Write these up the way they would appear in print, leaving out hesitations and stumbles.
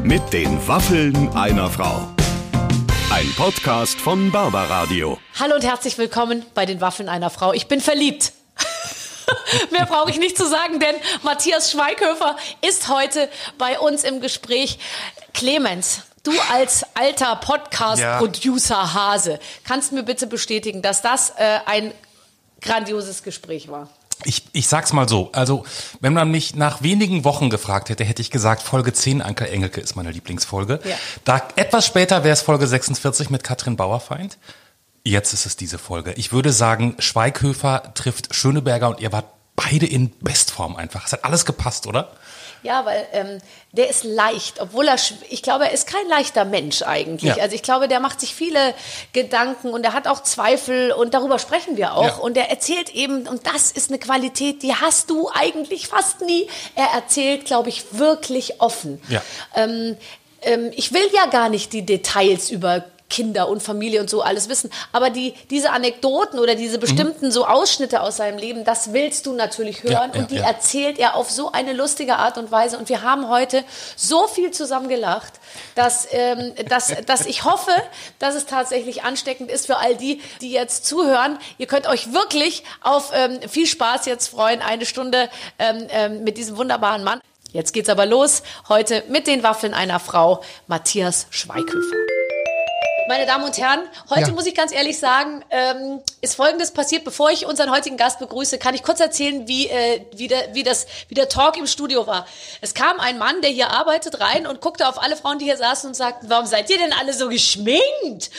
Mit den Waffeln einer Frau. Ein Podcast von Barbaradio. Hallo und herzlich willkommen bei den Waffeln einer Frau. Ich bin verliebt. Mehr brauche ich nicht zu sagen, denn Matthias Schweighöfer ist heute bei uns im Gespräch. Clemens, du als alter Podcast-Producer Hase, kannst mir bitte bestätigen, dass das ein grandioses Gespräch war? Ich sag's mal so, also wenn man mich nach wenigen Wochen gefragt hätte, hätte ich gesagt, Folge 10, Anke Engelke ist meine Lieblingsfolge. Ja. Da etwas später wäre es Folge 46 mit Katrin Bauerfeind. Jetzt ist es diese Folge. Ich würde sagen, Schweighöfer trifft Schöneberger und ihr wart beide in Bestform einfach. Es hat alles gepasst, oder? Ja, weil der ist leicht, obwohl ich glaube, er ist kein leichter Mensch eigentlich. Ja. Also ich glaube, der macht sich viele Gedanken und er hat auch Zweifel und darüber sprechen wir auch. Ja. Und er erzählt eben, und das ist eine Qualität, die hast du eigentlich fast nie. Er erzählt, glaube ich, wirklich offen. Ja. Ich will ja gar nicht die Details über Kinder und Familie und so alles wissen. Aber diese Anekdoten oder diese bestimmten so Ausschnitte aus seinem Leben, das willst du natürlich hören. Und die erzählt er auf so eine lustige Art und Weise. Und wir haben heute so viel zusammen gelacht, dass ich hoffe, dass es tatsächlich ansteckend ist für all die jetzt zuhören. Ihr könnt euch wirklich auf viel Spaß jetzt freuen. Eine Stunde mit diesem wunderbaren Mann. Jetzt geht's aber los. Heute mit den Waffeln einer Frau, Matthias Schweighöfer. Meine Damen und Herren, heute muss ich ganz ehrlich sagen, ist Folgendes passiert. Bevor ich unseren heutigen Gast begrüße, kann ich kurz erzählen, wie der Talk im Studio war. Es kam ein Mann, der hier arbeitet, rein und guckte auf alle Frauen, die hier saßen und sagte, warum seid ihr denn alle so geschminkt?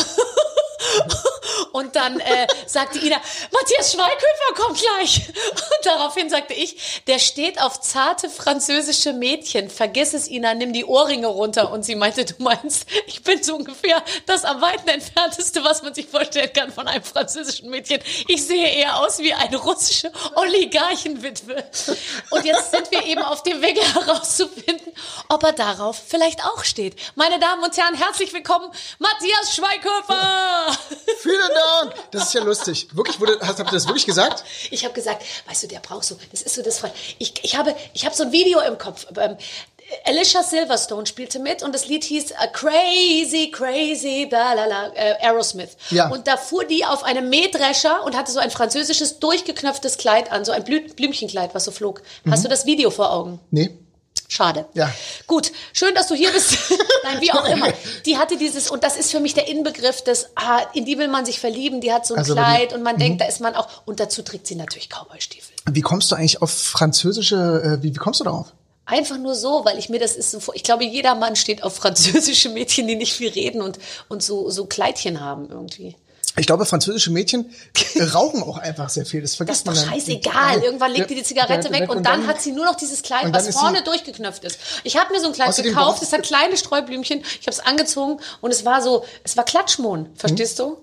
Und dann sagte Ina, Matthias Schweighöfer kommt gleich. Und daraufhin sagte ich, der steht auf zarte französische Mädchen. Vergiss es, Ina, nimm die Ohrringe runter. Und sie meinte, du meinst, ich bin so ungefähr das am weiten entfernteste, was man sich vorstellen kann von einem französischen Mädchen. Ich sehe eher aus wie eine russische Oligarchenwitwe. Und jetzt sind wir eben auf dem Weg herauszufinden, ob er darauf vielleicht auch steht. Meine Damen und Herren, herzlich willkommen, Matthias Schweighöfer! Vielen Dank! Das ist ja lustig. Wirklich, habt ihr das wirklich gesagt? Ich habe gesagt, weißt du, der braucht so, das ist so das Fall. Ich habe so ein Video im Kopf. Alicia Silverstone spielte mit und das Lied hieß Crazy, Crazy, blalala, Aerosmith. Ja. Und da fuhr die auf einem Mähdrescher und hatte so ein französisches, durchgeknöpftes Kleid an, so ein Blümchenkleid, was so flog. Hast du das Video vor Augen? Nee. Schade. Ja. Gut, schön, dass du hier bist. Nein, wie auch immer. Die hatte dieses, und das ist für mich der Inbegriff des, in die will man sich verlieben, die hat so ein Kleid und man denkt, da ist man auch, und dazu trägt sie natürlich Cowboystiefel. Wie kommst du eigentlich auf französische, wie kommst du darauf? Einfach nur so, weil ich glaube, jeder Mann steht auf französische Mädchen, die nicht viel reden und so Kleidchen haben irgendwie. Ich glaube, französische Mädchen rauchen auch einfach sehr viel. Das vergisst man. Das ist doch scheißegal. Irgendwann legt die Zigarette weg und dann hat sie nur noch dieses Kleid, was vorne durchgeknöpft ist. Ich habe mir so ein Kleid gekauft, es hat kleine Sträublümchen. Ich habe es angezogen und es war Klatschmohn. Verstehst du?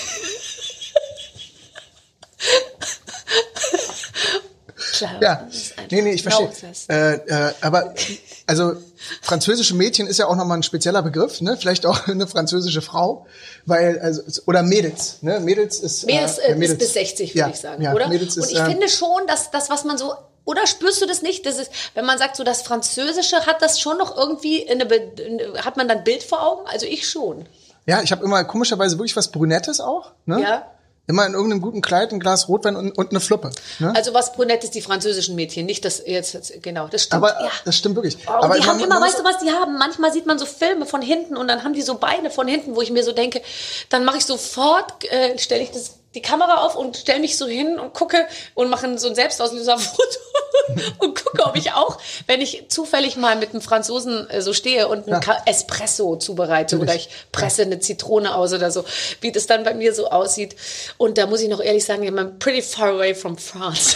Klar, ja, nee, ich verstehe. Aber also französische Mädchen ist ja auch nochmal ein spezieller Begriff, ne? Vielleicht auch eine französische Frau, weil oder Mädels, ne? Mädels ist bis 60, würde ich sagen, oder? Mädels ist, und ich finde schon, dass das, was man so, oder spürst du das nicht? Das ist, wenn man sagt, so das Französische, hat das schon noch irgendwie hat man dann ein Bild vor Augen? Also ich schon. Ja, ich habe immer komischerweise wirklich was Brünettes auch, ne? Ja. Immer in irgendeinem guten Kleid, ein Glas Rotwein und eine Fluppe. Ne? Also was Brunettes, die französischen Mädchen, nicht das jetzt genau, das stimmt. Aber das stimmt wirklich. Aber die haben immer, weißt du was die haben? Manchmal sieht man so Filme von hinten und dann haben die so Beine von hinten, wo ich mir so denke, dann mache ich sofort, stelle ich die Kamera auf und stelle mich so hin und gucke und mache so ein Selbstauslöserfoto und gucke, ob ich auch, wenn ich zufällig mal mit einem Franzosen so stehe und einen Espresso zubereite oder ich presse eine Zitrone aus oder so, wie das dann bei mir so aussieht. Und da muss ich noch ehrlich sagen, I'm pretty far away from France.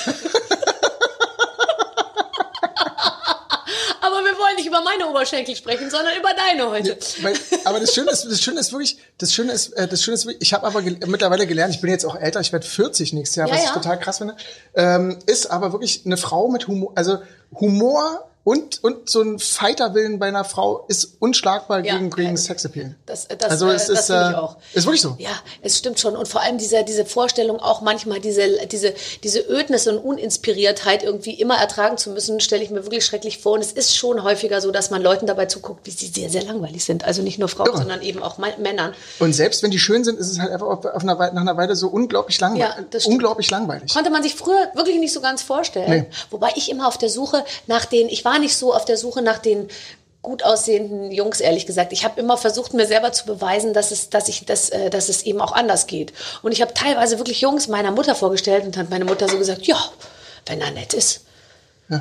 Aber wir wollen nicht über meine Oberschenkel sprechen, sondern über deine heute. Aber das Schöne ist wirklich, ich habe aber mittlerweile gelernt, ich bin jetzt auch älter, ich werde 40 nächstes Jahr, was ich total krass finde, ist aber wirklich eine Frau mit Humor, also Humor Und so ein Fighterwillen bei einer Frau ist unschlagbar gegen Sexappeal. Das finde ich auch. Ist wirklich so. Ja, es stimmt schon. Und vor allem diese Vorstellung auch manchmal, diese Ödnis und Uninspiriertheit irgendwie immer ertragen zu müssen, stelle ich mir wirklich schrecklich vor. Und es ist schon häufiger so, dass man Leuten dabei zuguckt, wie sie sehr, sehr langweilig sind. Also nicht nur Frauen, sondern eben auch Männern. Und selbst wenn die schön sind, ist es halt einfach nach einer Weile so unglaublich langweilig. Ja, das stimmt. Unglaublich langweilig. Konnte man sich früher wirklich nicht so ganz vorstellen. Nee. Wobei ich immer auf der Suche ich war nicht so auf der Suche nach den gut aussehenden Jungs, ehrlich gesagt. Ich habe immer versucht, mir selber zu beweisen, dass es eben auch anders geht. Und ich habe teilweise wirklich Jungs meiner Mutter vorgestellt und hat meine Mutter so gesagt, ja, wenn er nett ist. Ja.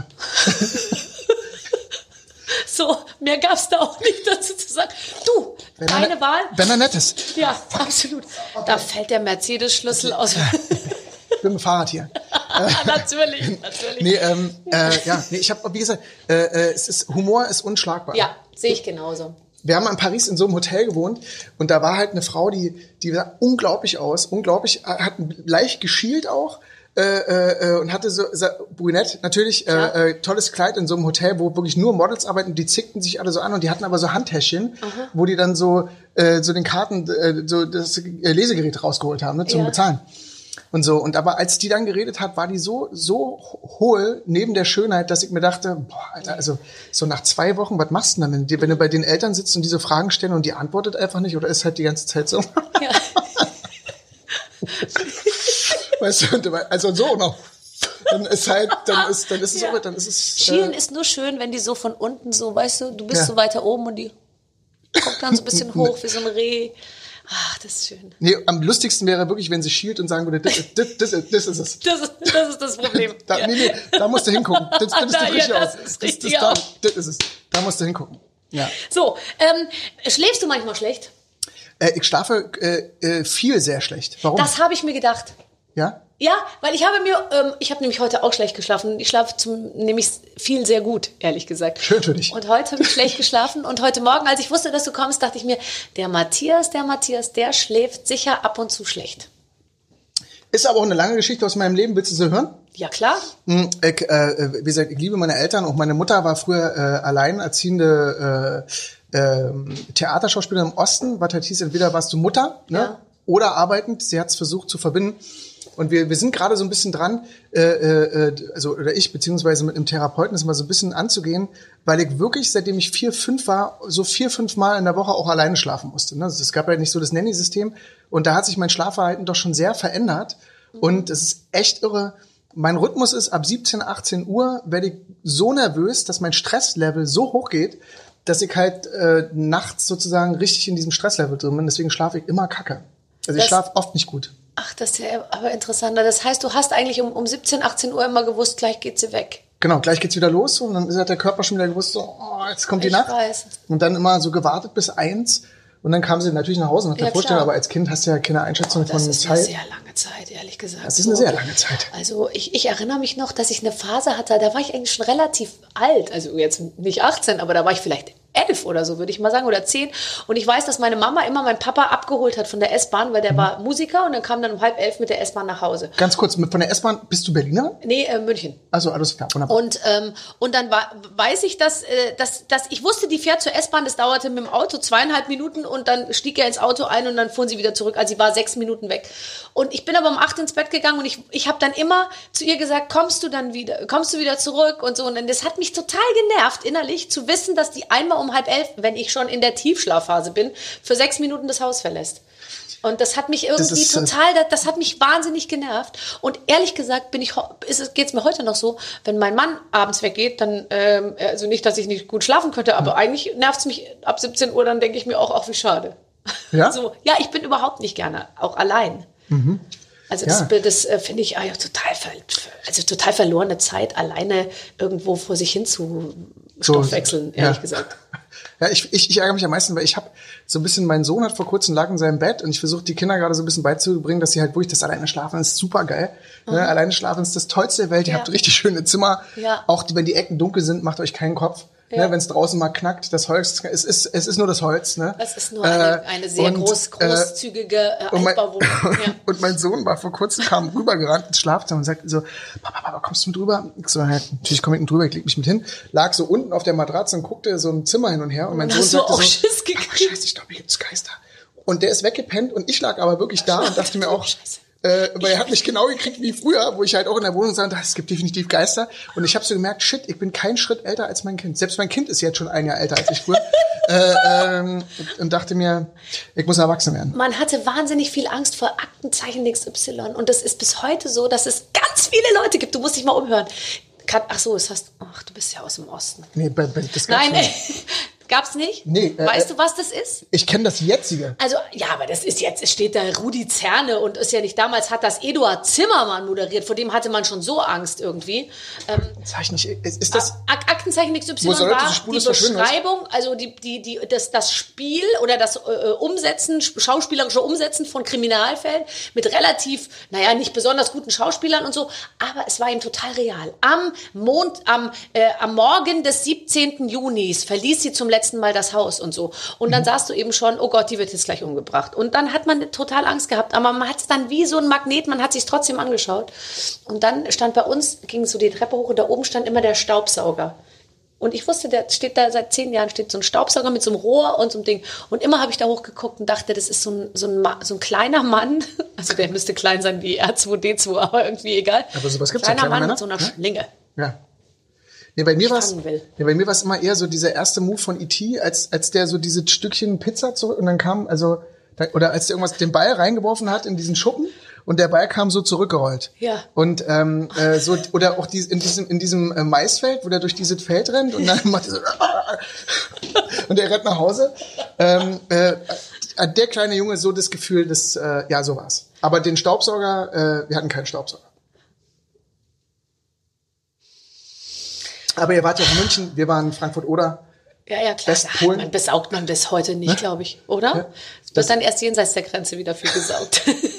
So, mehr gab es da auch nicht dazu zu sagen. Du, deine Wahl. Wenn er nett ist. Ja, absolut. Da fällt der Mercedes-Schlüssel aus. Ich bin mit dem Fahrrad hier. Natürlich. Ich habe, wie gesagt, Humor ist unschlagbar. Ja, sehe ich genauso. Wir haben in Paris in so einem Hotel gewohnt und da war halt eine Frau, die sah unglaublich aus, hat leicht geschielt auch und hatte so brünett, natürlich tolles Kleid in so einem Hotel, wo wirklich nur Models arbeiten, die zickten sich alle so an und die hatten aber so Handtäschchen, wo die dann so den Karten, so das Lesegerät rausgeholt haben, zum Bezahlen. Und so. Und aber als die dann geredet hat, war die so hohl neben der Schönheit, dass ich mir dachte, boah, Alter, also so nach 2 Wochen, was machst du denn, wenn du bei den Eltern sitzt und diese Fragen stellen und die antwortet einfach nicht oder ist halt die ganze Zeit so? Ja. Weißt du, also so noch. Dann ist es. Schielen ist nur schön, wenn die so von unten so, weißt du bist so weiter oben und die guckt dann so ein bisschen hoch wie so ein Reh. Ach, das ist schön. Nee, am lustigsten wäre wirklich, wenn sie schielt und sagen würde, das ist es. Das ist das Problem. Da musst du hingucken. Das ist richtig. Das ist es. Da musst du hingucken. Ja. So, schläfst du manchmal schlecht? Ich schlafe viel sehr schlecht. Warum? Das habe ich mir gedacht. Ja? Ja, weil ich habe nämlich heute auch schlecht geschlafen. Ich schlafe nämlich viel sehr gut, ehrlich gesagt. Schön für dich. Und heute habe ich schlecht geschlafen. Und heute Morgen, als ich wusste, dass du kommst, dachte ich mir, der Matthias, der schläft sicher ab und zu schlecht. Ist aber auch eine lange Geschichte aus meinem Leben. Willst du sie hören? Ja, klar. Wie gesagt, ich liebe meine Eltern. Auch meine Mutter war früher alleinerziehende Theaterschauspielerin im Osten. Was halt hieß, entweder warst du Mutter, ne? Oder arbeitend. Sie hat es versucht zu verbinden. Und wir sind gerade so ein bisschen dran, oder ich, beziehungsweise mit einem Therapeuten, das mal so ein bisschen anzugehen, weil ich wirklich, seitdem ich 4, 5 war, so 4, 5 Mal in der Woche auch alleine schlafen musste. Ne? Es gab halt nicht so das Nanny-System. Und da hat sich mein Schlafverhalten doch schon sehr verändert. Und es ist echt irre. Mein Rhythmus ist, ab 17, 18 Uhr werde ich so nervös, dass mein Stresslevel so hoch geht, dass ich halt nachts sozusagen richtig in diesem Stresslevel drin bin. Deswegen schlafe ich immer kacke. Also ich schlafe oft nicht gut. Ach, das ist ja aber interessanter. Das heißt, du hast eigentlich um 17, 18 Uhr immer gewusst, gleich geht sie weg. Genau, gleich geht's wieder los und dann hat der Körper schon wieder gewusst, so, oh, jetzt kommt die Nacht. Weiß. Und dann immer so gewartet bis 1 und dann kam sie natürlich nach Hause nach der Vorstellung, aber als Kind hast du ja keine Einschätzung von Zeit. Das ist eine sehr lange Zeit, ehrlich gesagt. Das ist eine sehr lange Zeit. Also ich erinnere mich noch, dass ich eine Phase hatte, da war ich eigentlich schon relativ alt, also jetzt nicht 18, aber da war ich vielleicht 11 oder so, würde ich mal sagen, oder 10. Und ich weiß, dass meine Mama immer meinen Papa abgeholt hat von der S-Bahn, weil der war Musiker und dann kam dann um 10:30 mit der S-Bahn nach Hause. Ganz kurz, von der S-Bahn, bist du Berliner? Nee, München. Also alles klar, wunderbar. Und dann weiß ich, dass ich wusste, die fährt zur S-Bahn, das dauerte mit dem Auto 2,5 Minuten und dann stieg er ins Auto ein und dann fuhren sie wieder zurück. Also sie war 6 Minuten weg. Und ich bin aber um 8 ins Bett gegangen und ich habe dann immer zu ihr gesagt, kommst du wieder zurück und so. Und das hat mich total genervt innerlich, zu wissen, dass die einmal um 10:30, wenn ich schon in der Tiefschlafphase bin, für 6 Minuten das Haus verlässt. Und das hat mich irgendwie das hat mich wahnsinnig genervt. Und ehrlich gesagt geht's mir heute noch so, wenn mein Mann abends weggeht, dann, also nicht, dass ich nicht gut schlafen könnte, aber eigentlich nervt's mich ab 17 Uhr, dann denke ich mir auch wie schade. Ja? So, ja, ich bin überhaupt nicht gerne, auch allein. Mhm. Also das finde ich total verlorene Zeit, alleine irgendwo vor sich hin zu stoffwechseln, ehrlich gesagt. Ja, ich ärgere mich am meisten, weil ich habe so ein bisschen, mein Sohn hat vor kurzem lag in seinem Bett und ich versuche die Kinder gerade so ein bisschen beizubringen, dass sie halt wirklich das alleine schlafen, das ist super geil. Mhm. Ne? Alleine schlafen ist das Tollste der Welt, ihr habt richtig schöne Zimmer, auch wenn die Ecken dunkel sind, macht euch keinen Kopf. ne, wenn es draußen mal knackt, das Holz, es ist nur das Holz. Ne? Es ist nur eine sehr großzügige Altbauwohnung. Ja. Und mein Sohn war vor kurzem, kam rübergerannt ins Schlafzimmer und sagte so, Papa, kommst du mit drüber? Ich so, ja, natürlich komme ich mit drüber, ich leg mich mit hin. Lag so unten auf der Matratze und guckte so ein Zimmer hin und her. Und mein Sohn sagte auch so, Schiss gekriegt. Papa, Scheiße, ich glaube, hier gibt's Geister. Und der ist weggepennt und ich lag aber wirklich da und dachte mir auch, weil er hat mich genau gekriegt wie früher, wo ich halt auch in der Wohnung sagte, es gibt definitiv Geister. Und ich habe so gemerkt, shit, ich bin keinen Schritt älter als mein Kind. Selbst mein Kind ist jetzt schon ein Jahr älter als ich früher. Und dachte mir, ich muss erwachsen werden. Man hatte wahnsinnig viel Angst vor Aktenzeichen XY. Und das ist bis heute so, dass es ganz viele Leute gibt. Du musst dich mal umhören. Ach so, du bist ja aus dem Osten. Nee, das Nein, gab's nicht? Nee. Weißt du, was das ist? Ich kenne das jetzige. Also, ja, aber das ist jetzt, es steht da Rudi Zerne und ist ja nicht, damals hat das Eduard Zimmermann moderiert, vor dem hatte man schon so Angst irgendwie. Zeichen nicht, ist das? Aktenzeichen XY war die Beschreibung, also das Spiel oder das schauspielerische Umsetzen von Kriminalfällen mit relativ, nicht besonders guten Schauspielern und so, aber es war ihm total real. Am Morgen des 17. Junis verließ sie zum letzten Mal das Haus und so. Und dann sahst du eben schon, oh Gott, die wird jetzt gleich umgebracht. Und dann hat man total Angst gehabt. Aber man hat es dann wie so ein Magnet, man hat sich trotzdem angeschaut. Und dann stand bei uns, ging so die Treppe hoch und da oben stand immer der Staubsauger. Und ich wusste, der steht da seit 10 Jahren, steht so ein Staubsauger mit so einem Rohr und so einem Ding. Und immer habe ich da hochgeguckt und dachte, das ist so ein kleiner Mann. Also der müsste klein sein wie R2D2, aber irgendwie egal. Aber sowas gibt's kleiner ja, Mann Männer? mit so einer Schlinge. Ja. Nee, bei mir war es immer eher so dieser erste Move von E.T., als der so diese Stückchen Pizza zurück und dann kam, oder als der irgendwas den Ball reingeworfen hat in diesen Schuppen und der Ball kam so zurückgerollt. Ja. Und so, oder auch in diesem Maisfeld, wo der durch dieses Feld rennt und dann macht er so und der rennt nach Hause. Der kleine Junge so das Gefühl, dass so war's. Aber den Staubsauger, wir hatten keinen Staubsauger. Aber ihr wart ja in München, wir waren in Frankfurt-Oder. Ja, klar. Man besaugt man bis heute nicht, glaube ich, oder? Ja. Es wird dann erst jenseits der Grenze wieder viel gesaugt.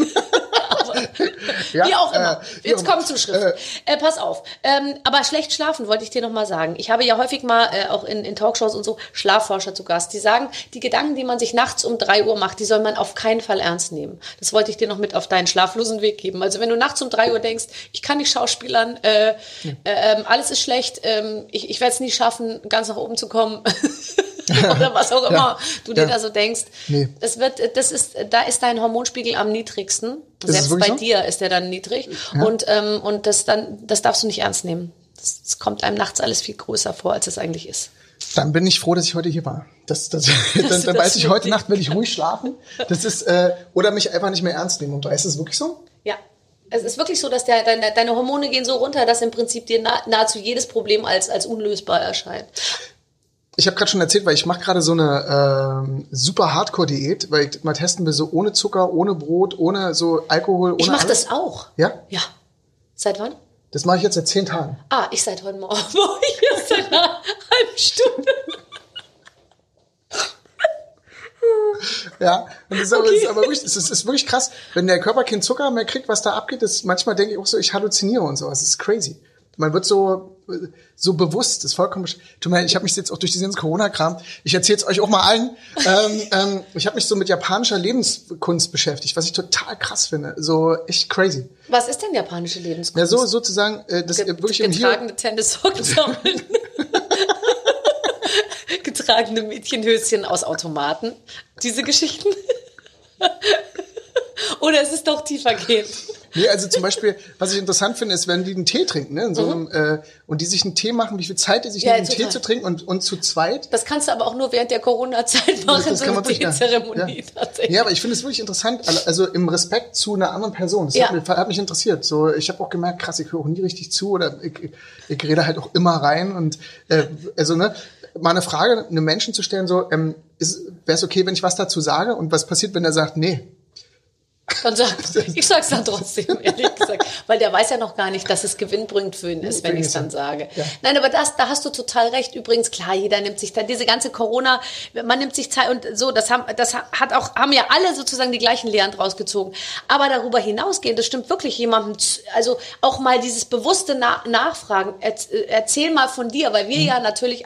Wie auch immer. Jetzt kommen zur Schrift. Pass auf. Aber schlecht schlafen wollte ich dir noch mal sagen. Ich habe ja häufig mal auch in Talkshows und so Schlafforscher zu Gast, die sagen, die Gedanken, die man sich nachts um 3 Uhr macht, die soll man auf keinen Fall ernst nehmen. Das wollte ich dir noch mit auf deinen schlaflosen Weg geben. Also wenn du nachts um 3 Uhr denkst, ich kann nicht schauspielern, alles ist schlecht, ich werde es nie schaffen, ganz nach oben zu kommen. Oder was auch immer du dir da so denkst. Nee. Da ist dein Hormonspiegel am niedrigsten. Selbst bei dir ist der dann niedrig. Ja. Und das darfst du nicht ernst nehmen. Das kommt einem nachts alles viel größer vor, als es eigentlich ist. Dann bin ich froh, dass ich heute hier war. Dann weiß ich, heute Nacht will ich ruhig schlafen. Das ist, oder mich einfach nicht mehr ernst nehmen. Und ist es wirklich so? Ja. Es ist wirklich so, dass deine Hormone gehen so runter, dass im Prinzip dir nahezu jedes Problem als unlösbar erscheint. Ich habe gerade schon erzählt, weil ich mache gerade so eine super Hardcore-Diät, weil ich mal testen will, so ohne Zucker, ohne Brot, ohne so Alkohol, ohne Ich mache das auch. Ja? Ja. Seit wann? Das mache ich jetzt seit 10 Tagen. Ich seit heute Morgen. Ich erst seit einer halben Stunde. Ja, und das ist aber wirklich, es ist wirklich krass, wenn der Körper keinen Zucker mehr kriegt, was da abgeht, manchmal denke ich auch so, ich halluziniere und so. Das ist crazy. Man wird so bewusst, das ist vollkommen. Ich habe mich jetzt auch durch diesen Corona-Kram, ich erzähle es euch auch mal allen, ich habe mich so mit japanischer Lebenskunst beschäftigt, was ich total krass finde, so echt crazy. Was ist denn japanische Lebenskunst? Ja, so sozusagen, das wirklich im getragene Tennissocken sammeln. Getragene Mädchenhöschen aus Automaten. Diese Geschichten? Oder ist es doch tiefergehend? Nee, also zum Beispiel, was ich interessant finde, ist, wenn die einen Tee trinken, ne, in so einem, und die sich einen Tee machen, wie viel Zeit die sich nehmen, einen Tee zu trinken und zu zweit. Das kannst du aber auch nur während der Corona-Zeit machen, das so eine Teezeremonie tatsächlich. Ja, aber ich finde es wirklich interessant, also im Respekt zu einer anderen Person. Das hat mich interessiert. So, ich habe auch gemerkt, krass, ich höre auch nie richtig zu oder ich rede halt auch immer rein und mal eine Frage, einem Menschen zu stellen, so, wäre es okay, wenn ich was dazu sage und was passiert, wenn er sagt, nee? Ich sag's dann trotzdem, ehrlich gesagt. Weil der weiß ja noch gar nicht, dass es gewinnbend für ihn ist, wenn ich es dann sage. Ja. Nein, aber da hast du total recht. Übrigens, klar, jeder nimmt sich da, diese ganze Corona, man nimmt sich Zeit und so, haben ja alle sozusagen die gleichen Lehren draus gezogen. Aber darüber hinausgehend, das stimmt wirklich jemandem, also auch mal dieses bewusste Nachfragen, erzähl mal von dir, weil wir ja natürlich als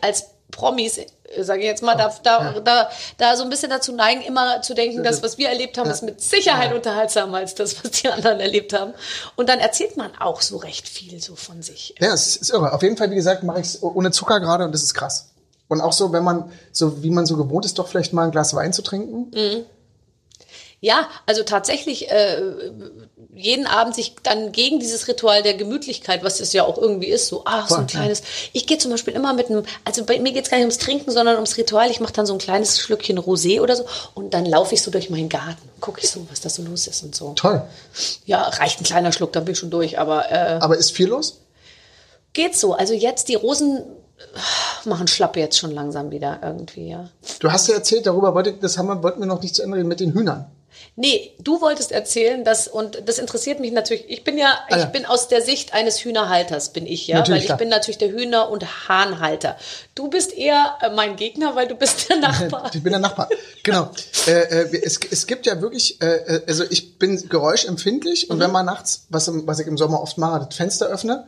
Promis, sage ich jetzt mal, da so ein bisschen dazu neigen, immer zu denken, das, was wir erlebt haben, ist mit Sicherheit unterhaltsamer als das, was die anderen erlebt haben. Und dann erzählt man auch so recht viel so von sich. Ja, es ist irre. Auf jeden Fall, wie gesagt, mache ich es ohne Zucker gerade und das ist krass. Und auch so, wenn man, so wie man so gewohnt ist, doch vielleicht mal ein Glas Wein zu trinken. Mhm. Ja, also tatsächlich jeden Abend sich dann gegen dieses Ritual der Gemütlichkeit, was es ja auch irgendwie ist, so so ein kleines. Ich gehe zum Beispiel immer also bei mir geht's gar nicht ums Trinken, sondern ums Ritual. Ich mache dann so ein kleines Schlückchen Rosé oder so und dann laufe ich so durch meinen Garten, gucke ich so, was da so los ist und so. Toll. Ja, reicht ein kleiner Schluck, dann bin ich schon durch. Aber ist viel los? Geht so. Also jetzt die Rosen machen schlapp jetzt schon langsam wieder irgendwie, ja. Du hast ja erzählt, darüber wollten wir noch nicht zu Ende reden mit den Hühnern. Nee, du wolltest erzählen, und das interessiert mich natürlich. Ich bin aus der Sicht eines Hühnerhalters, natürlich, weil ich bin natürlich der Hühner- und Hahnhalter. Du bist eher mein Gegner, weil du bist der Nachbar. Ich bin der Nachbar, genau. Es gibt ja wirklich, also ich bin geräuschempfindlich und wenn man nachts, was ich im Sommer oft mache, das Fenster öffne,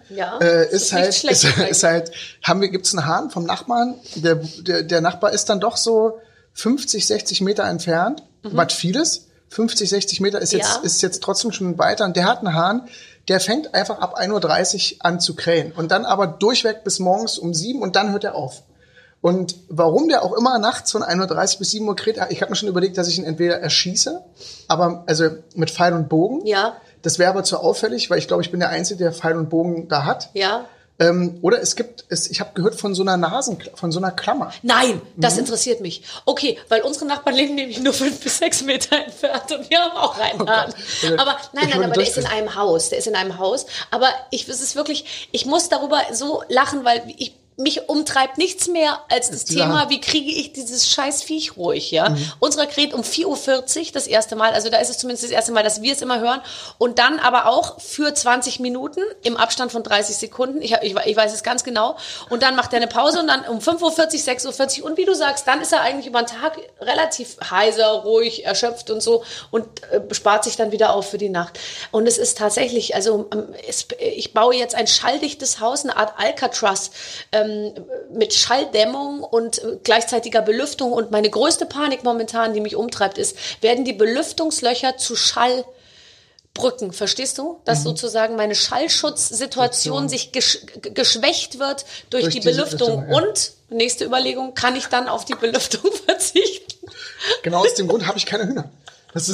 gibt's einen Hahn vom Nachbarn, der Nachbar ist dann doch so 50, 60 Meter entfernt, was vieles. 50, 60 Meter ist jetzt trotzdem schon weiter. Und der hat einen Hahn, der fängt einfach ab 1:30 Uhr an zu krähen. Und dann aber durchweg bis morgens um 7 und dann hört er auf. Und warum der auch immer nachts von 1:30 Uhr bis 7 Uhr kräht, ich habe mir schon überlegt, dass ich ihn entweder erschieße, also mit Pfeil und Bogen. Ja. Das wäre aber zu auffällig, weil ich glaube, ich bin der Einzige, der Pfeil und Bogen da hat. Ja. Oder ich habe gehört von so einer Klammer. Nein, das interessiert mich. Okay, weil unsere Nachbarn leben nämlich nur 5 bis 6 Meter entfernt und wir haben auch einen Hahn. Aber aber der ist in einem Haus. Aber es ist wirklich, ich muss darüber so lachen, weil mich umtreibt nichts mehr als das Thema, wie kriege ich dieses scheiß Viech ruhig, ja? Unserer kräht um 4:40 Uhr das erste Mal, also da ist es zumindest das erste Mal, dass wir es immer hören und dann aber auch für 20 Minuten im Abstand von 30 Sekunden, ich weiß es ganz genau und dann macht er eine Pause und dann um 5:40 Uhr, 6:40 Uhr und wie du sagst, dann ist er eigentlich über den Tag relativ heiser, ruhig, erschöpft und so und spart sich dann wieder auf für die Nacht. Und es ist tatsächlich, also ich baue jetzt ein schalldichtes Haus, eine Art Alcatraz, mit Schalldämmung und gleichzeitiger Belüftung. Und meine größte Panik momentan, die mich umtreibt, ist, werden die Belüftungslöcher zu Schallbrücken, verstehst du? Dass sozusagen meine Schallschutzsituation sich geschwächt wird durch die Belüftung. Ja. Und, nächste Überlegung, kann ich dann auf die Belüftung verzichten? Genau aus dem Grund habe ich keine Hühner. Das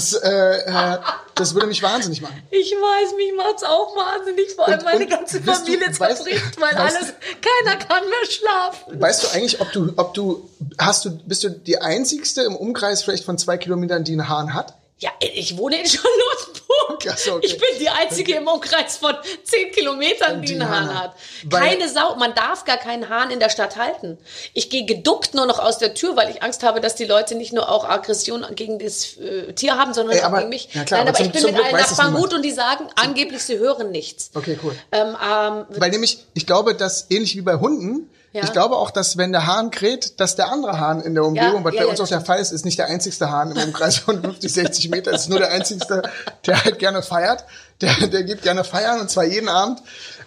das würde mich wahnsinnig machen. Ich weiß, mich macht's auch wahnsinnig, vor allem meine ganze Familie zerbricht, weil keiner kann mehr schlafen. Weißt du eigentlich, bist du die Einzigste im Umkreis vielleicht von 2 Kilometern, die einen Hahn hat? Ja, ich wohne in Charlottenburg. Okay. Ich bin die Einzige im Umkreis von 10 Kilometern, die einen Hahn hat. Keine Sau, man darf gar keinen Hahn in der Stadt halten. Ich gehe geduckt nur noch aus der Tür, weil ich Angst habe, dass die Leute nicht nur auch Aggression gegen das Tier haben, sondern auch gegen mich. Ja klar, Nein, aber ich bin mit allen Nachbarn gut und die sagen, angeblich sie hören nichts. Okay, cool. Weil nämlich, ich glaube, dass ähnlich wie bei Hunden, ich glaube auch, dass wenn der Hahn kräht, dass der andere Hahn in der Umgebung, was bei uns auch der Fall ist nicht der einzigste Hahn im Umkreis von 50, 60 Meter, ist nur der einzigste, der halt gerne feiert. Der gibt gerne feiern und zwar jeden Abend.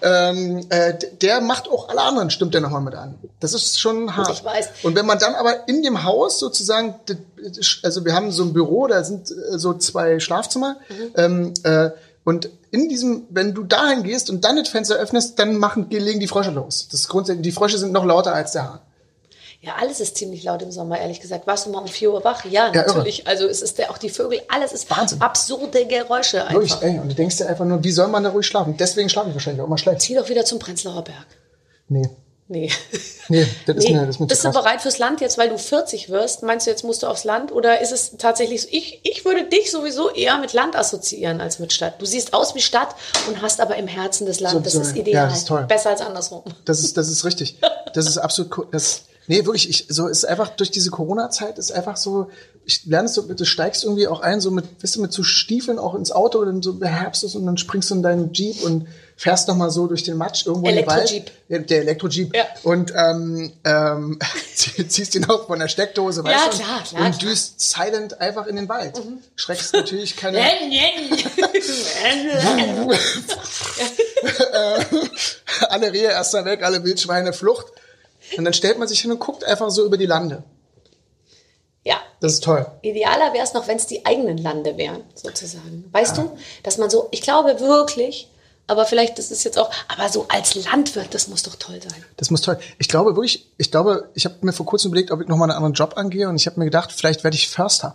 Der macht auch alle anderen, stimmt der nochmal mit an. Das ist schon hart. Ich weiß. Und wenn man dann aber in dem Haus sozusagen, also wir haben so ein Büro, da sind so 2 Schlafzimmer, und in diesem, wenn du dahin gehst und dann das Fenster öffnest, dann legen die Frösche los. Das ist grundsätzlich, die Frösche sind noch lauter als der Hahn. Ja, alles ist ziemlich laut im Sommer, ehrlich gesagt. Warst du mal um 4 Uhr wach? Ja, natürlich. Irre. Also es ist auch die Vögel, alles ist Wahnsinn. Absurde Geräusche einfach. Ruhig, und du denkst dir einfach nur, wie soll man da ruhig schlafen? Deswegen schlafe ich wahrscheinlich auch mal schlecht. Zieh doch wieder zum Prenzlauer Berg. Nee, das ist mir zu Bist du bereit fürs Land jetzt, weil du 40 wirst? Meinst du, jetzt musst du aufs Land? Oder ist es tatsächlich so? Ich würde dich sowieso eher mit Land assoziieren als mit Stadt. Du siehst aus wie Stadt und hast aber im Herzen das Land. Das ist ideal. Ja, das ist toll. Besser als andersrum. Das ist richtig. Das ist absolut cool. Nee, wirklich, ist einfach durch diese Corona-Zeit ist einfach so, ich lerne es so, du steigst irgendwie auch ein, so mit so Stiefeln auch ins Auto und dann so beherbst es und dann springst du in deinen Jeep und fährst noch mal so durch den Matsch irgendwo in den Wald. Ja, der Elektro-Jeep. Ja. Und ziehst ihn auch von der Steckdose, weißt du? Klar, und düst silent einfach in den Wald. Schreckst natürlich keine... alle Rehe erst mal weg, alle Wildschweine Flucht. Und dann stellt man sich hin und guckt einfach so über die Lande. Ja. Das ist toll. Idealer wäre es noch, wenn es die eigenen Lande wären, sozusagen. Weißt du, dass man so, ich glaube wirklich, aber vielleicht ist es jetzt auch, aber so als Landwirt, das muss doch toll sein. Das muss toll. Ich glaube wirklich, ich habe mir vor kurzem überlegt, ob ich nochmal einen anderen Job angehe und ich habe mir gedacht, vielleicht werde ich Förster.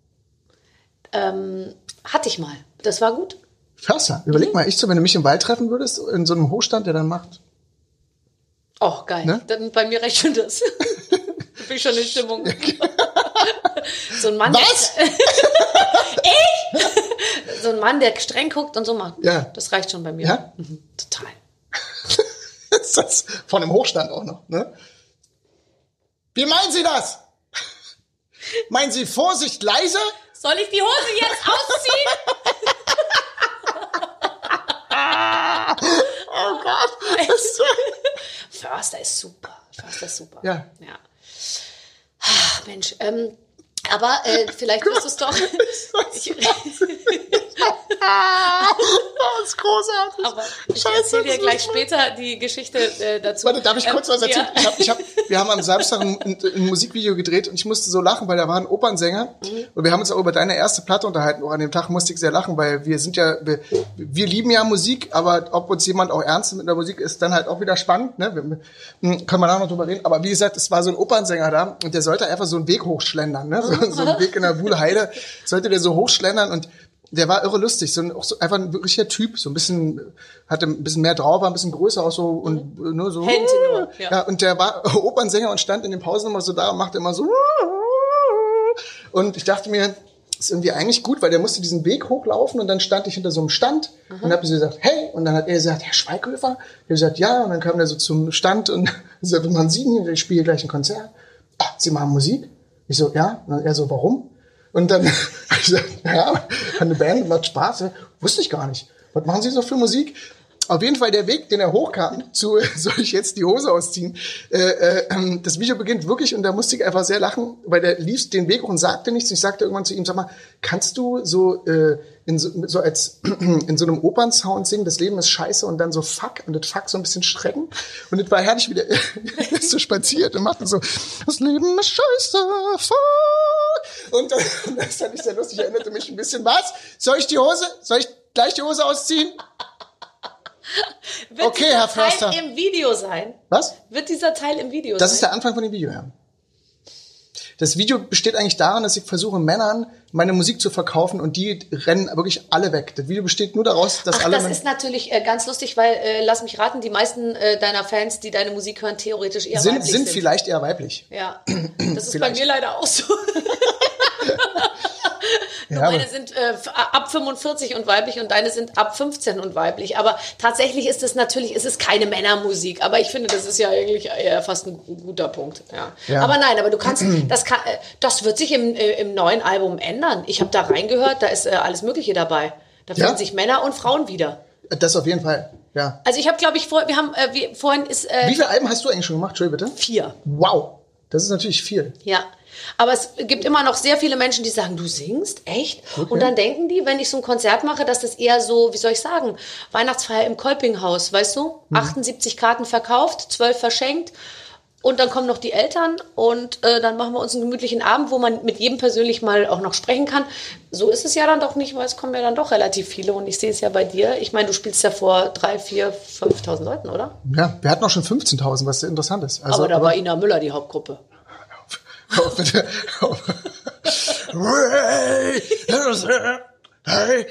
Hatte ich mal. Das war gut. Förster? Überleg mal, wenn du mich im Wald treffen würdest, in so einem Hochstand, der dann macht. Oh, geil. Ne? Dann bei mir reicht schon das. Da bin ich schon in Stimmung. So ein Mann. Was? Ich? So ein Mann, der streng guckt und so macht. Ja. Das reicht schon bei mir. Ja? Total. Das von einem Hochstand auch noch, ne? Wie meinen Sie das? Meinen Sie Vorsicht leise? Soll ich die Hose jetzt ausziehen? Oh Gott. Förster ist super. Ja. Ach, Mensch, aber vielleicht wirst du es doch. Das ist großartig. Aber ich erzähle dir gleich später die Geschichte dazu. Warte, darf ich kurz was erzählen? Ja. Wir haben am Samstag ein Musikvideo gedreht und ich musste so lachen, weil da war ein Opernsänger und wir haben uns auch über deine erste Platte unterhalten. Auch an dem Tag musste ich sehr lachen, weil wir lieben ja Musik, aber ob uns jemand auch ernst nimmt mit der Musik, ist dann halt auch wieder spannend. Ne? Können wir da noch drüber reden. Aber wie gesagt, es war so ein Opernsänger da und der sollte einfach so einen Weg hochschlendern. Ne? So einen Weg in der Wuhlheide sollte der so hochschlendern und der war irre lustig, auch so einfach ein wirklicher Typ, so ein bisschen, hatte ein bisschen mehr drauf, war ein bisschen größer auch so und nur so. Hände nur, ja, und der war Opernsänger und stand in den Pausen immer so da und machte immer so. Und ich dachte mir, ist irgendwie eigentlich gut, weil der musste diesen Weg hochlaufen und dann stand ich hinter so einem Stand und habe so gesagt, hey, und dann hat er gesagt, Herr Schweighöfer? Ich habe gesagt, ja, und dann kam der so zum Stand und gesagt, was machen Sie denn hier? Ich spiele gleich ein Konzert. Ach, Sie machen Musik? Ich so, ja. Und er so, warum? Und dann habe ich gesagt, ja, eine Band, macht Spaß. Wusste ich gar nicht. Was machen Sie so für Musik? Auf jeden Fall der Weg, den er hochkam, soll ich jetzt die Hose ausziehen? Das Video beginnt wirklich und da musste ich einfach sehr lachen, weil der lief den Weg hoch und sagte nichts. Ich sagte irgendwann zu ihm, sag mal, kannst du so in so einem Opernsound singen, das Leben ist scheiße und dann so fuck und das fuck so ein bisschen strecken? Und das war herrlich, wie der ist so spaziert und machte so, das Leben ist scheiße, fuck. Und das fand ich sehr lustig, erinnerte mich ein bisschen, was? Soll ich gleich die Hose ausziehen? Wird okay, dieser Herr Förster. Teil im Video sein? Was? Wird dieser Teil im Video sein? Das ist der Anfang von dem Video, ja. Das Video besteht eigentlich darin, dass ich versuche, Männern meine Musik zu verkaufen und die rennen wirklich alle weg. Das Video besteht nur daraus, dass alle... Das ist natürlich ganz lustig, weil, lass mich raten, die meisten deiner Fans, die deine Musik hören, theoretisch eher weiblich sind. Sind vielleicht eher weiblich. Ja, das ist bei mir leider auch so. Ja, meine sind ab 45 und weiblich und deine sind ab 15 und weiblich. Aber tatsächlich ist es keine Männermusik. Aber ich finde, das ist ja eigentlich eher fast ein guter Punkt. Ja. Aber nein, aber du kannst, das wird sich im neuen Album ändern. Ich habe da reingehört, da ist alles Mögliche dabei. Da finden sich Männer und Frauen wieder. Das auf jeden Fall, ja. Also ich habe, glaube ich, vorhin ist... Wie viele Alben hast du eigentlich schon gemacht? Entschuldigung, bitte? 4. Wow, das ist natürlich viel. Ja. Aber es gibt immer noch sehr viele Menschen, die sagen, du singst? Echt? Okay. Und dann denken die, wenn ich so ein Konzert mache, dass das eher so, wie soll ich sagen, Weihnachtsfeier im Kolpinghaus, weißt du? 78 Karten verkauft, 12 verschenkt und dann kommen noch die Eltern und dann machen wir uns einen gemütlichen Abend, wo man mit jedem persönlich mal auch noch sprechen kann. So ist es ja dann doch nicht, weil es kommen ja dann doch relativ viele und ich sehe es ja bei dir. Ich meine, du spielst ja vor 3, 4, 5.000 Leuten, oder? Ja, wir hatten auch schon 15.000, was sehr interessant ist. Also, aber da war Ina Müller die Hauptgruppe. Bitte. Hey,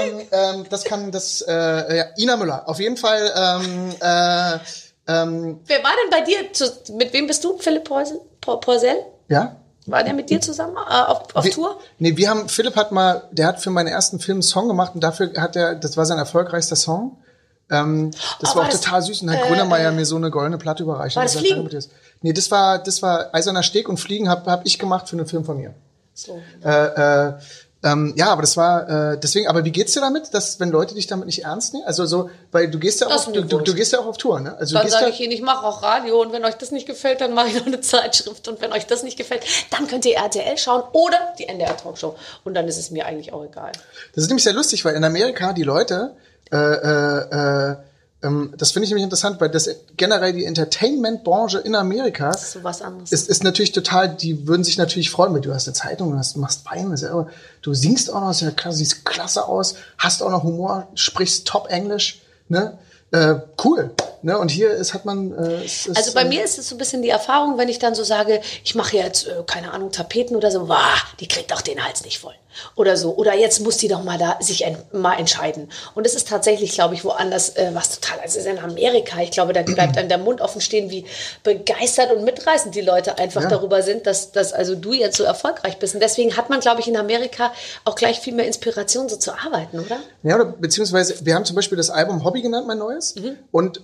Ina Müller. Auf jeden Fall. Wer war denn bei dir? Mit wem bist du? Philipp Porzell? Ja. War der mit dir zusammen auf Tour? Nee, der hat für meinen ersten Film einen Song gemacht und dafür das war sein erfolgreichster Song. Das war auch total süß und hat Grönemeyer mir so eine goldene Platte überreicht. War das Fliegen? Nee, das war Eiserner Steg und Fliegen hab ich gemacht für einen Film von mir. So. Ja, aber das war deswegen. Aber wie geht's dir damit, dass wenn Leute dich damit nicht ernst nehmen? Also so, weil du gehst ja auch, du gehst ja auch auf Tour, ne? Also dann sage ich Ihnen, ich mache auch Radio und wenn euch das nicht gefällt, dann mache ich noch eine Zeitschrift und wenn euch das nicht gefällt, dann könnt ihr RTL schauen oder die NDR Talkshow und dann ist es mir eigentlich auch egal. Das ist nämlich sehr lustig, weil in Amerika die Leute Das finde ich nämlich interessant, weil das generell die Entertainment-Branche in Amerika das ist so was anderes. Ist natürlich total, die würden sich natürlich freuen, weil du hast eine Zeitung, du machst Wein, du singst auch noch, siehst klasse aus, hast auch noch Humor, sprichst top Englisch, ne? Cool. Ne? Und hier hat man... also bei mir ist es so ein bisschen die Erfahrung, wenn ich dann so sage, ich mache jetzt, keine Ahnung, Tapeten oder so, die kriegt doch den Hals nicht voll. Oder so. Oder jetzt muss die doch mal sich mal entscheiden. Und es ist tatsächlich, glaube ich, woanders was total... Also es ist in Amerika, ich glaube, da bleibt einem der Mund offen stehen, wie begeistert und mitreißend die Leute einfach darüber sind, dass also du jetzt so erfolgreich bist. Und deswegen hat man, glaube ich, in Amerika auch gleich viel mehr Inspiration, so zu arbeiten, oder? Ja, oder beziehungsweise wir haben zum Beispiel das Album Hobby genannt, mein neues. Und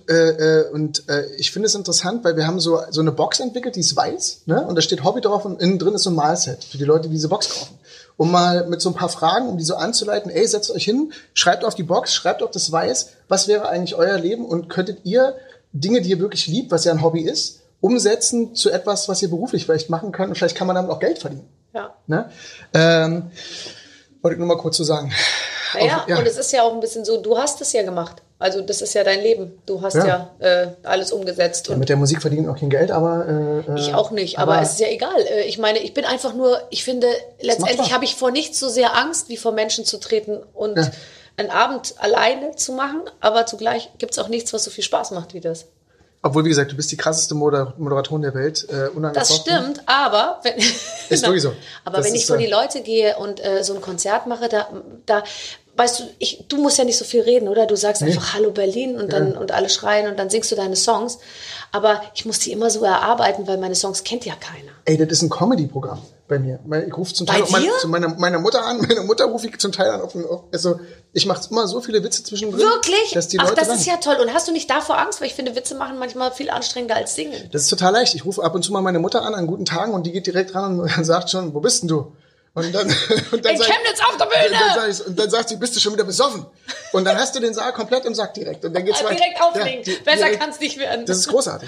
ich finde es interessant, weil wir haben so eine Box entwickelt, die ist weiß, ne? Und da steht Hobby drauf und innen drin ist so ein Malset für die Leute, die diese Box kaufen. Um mal mit so ein paar Fragen, um die so anzuleiten, setzt euch hin, schreibt auf die Box, schreibt auf das Weiß, was wäre eigentlich euer Leben und könntet ihr Dinge, die ihr wirklich liebt, was ja ein Hobby ist, umsetzen zu etwas, was ihr beruflich vielleicht machen könnt und vielleicht kann man damit auch Geld verdienen. Ja. Ne? Wollte ich nur mal kurz so sagen. Naja, und es ist ja auch ein bisschen so, du hast es ja gemacht. Also das ist ja dein Leben. Du hast alles umgesetzt. Ja, mit der Musik verdienen auch kein Geld, aber... ich auch nicht, aber es ist ja egal. Ich meine, ich bin einfach nur, ich finde, letztendlich habe ich vor nichts so sehr Angst, wie vor Menschen zu treten und einen Abend alleine zu machen. Aber zugleich gibt es auch nichts, was so viel Spaß macht wie das. Obwohl, wie gesagt, du bist die krasseste Moderatorin der Welt. Das stimmt, aber... Ist wirklich so. Aber wenn ich vor die Leute gehe und so ein Konzert mache, da weißt du, du musst ja nicht so viel reden, oder? Du sagst einfach Hallo Berlin und dann und alle schreien und dann singst du deine Songs. Aber ich muss die immer so erarbeiten, weil meine Songs kennt ja keiner. Das ist ein Comedy-Programm bei mir. Ich rufe zum Teil auch zu meiner Mutter an. Meine Mutter rufe ich zum Teil an. Also ich mache immer so viele Witze zwischendrin. Wirklich? Dass die Leute das ist ja toll. Und hast du nicht davor Angst? Weil ich finde, Witze machen manchmal viel anstrengender als singen. Das ist total leicht. Ich rufe ab und zu mal meine Mutter an guten Tagen und die geht direkt ran und sagt schon, wo bist denn du? Und dann in Chemnitz auf der Bühne! Und dann sagt sie, bist du schon wieder besoffen? Und dann hast du den Saal komplett im Sack direkt. Und dann geht's weiter. Direkt auflegen. Besser kann's nicht werden. Das ist großartig.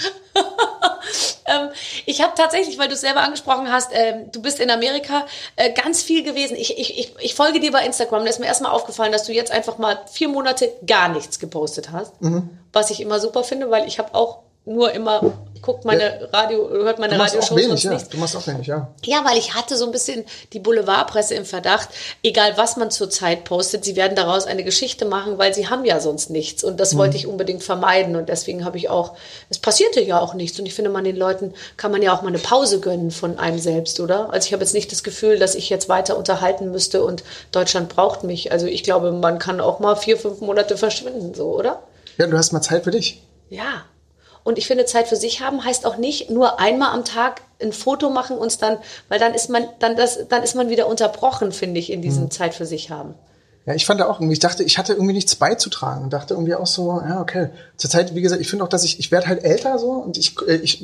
Ich habe tatsächlich, weil du es selber angesprochen hast, du bist in Amerika ganz viel gewesen. Ich folge dir bei Instagram. Da ist mir erstmal aufgefallen, dass du jetzt einfach mal 4 Monate gar nichts gepostet hast. Was ich immer super finde, weil ich habe auch nur immer hört meine Radioshows wenig, nichts. Du machst auch wenig, ja. Ja, weil ich hatte so ein bisschen die Boulevardpresse im Verdacht, egal was man zurzeit postet, sie werden daraus eine Geschichte machen, weil sie haben ja sonst nichts. Und das wollte ich unbedingt vermeiden. Und deswegen habe ich auch, es passierte ja auch nichts. Und ich finde, den Leuten kann man ja auch mal eine Pause gönnen von einem selbst, oder? Also ich habe jetzt nicht das Gefühl, dass ich jetzt weiter unterhalten müsste und Deutschland braucht mich. Also ich glaube, man kann auch mal 4-5 Monate verschwinden, so, oder? Ja, du hast mal Zeit für dich. Ja. Und ich finde, Zeit für sich haben heißt auch nicht nur einmal am Tag ein Foto machen und dann, weil dann ist man wieder unterbrochen, finde ich, in diesem Zeit für sich haben. Ja, ich fand auch irgendwie, ich dachte, ich hatte irgendwie nichts beizutragen und dachte irgendwie auch so, ja, okay. Zurzeit, wie gesagt, ich finde auch, dass ich werde halt älter so und ich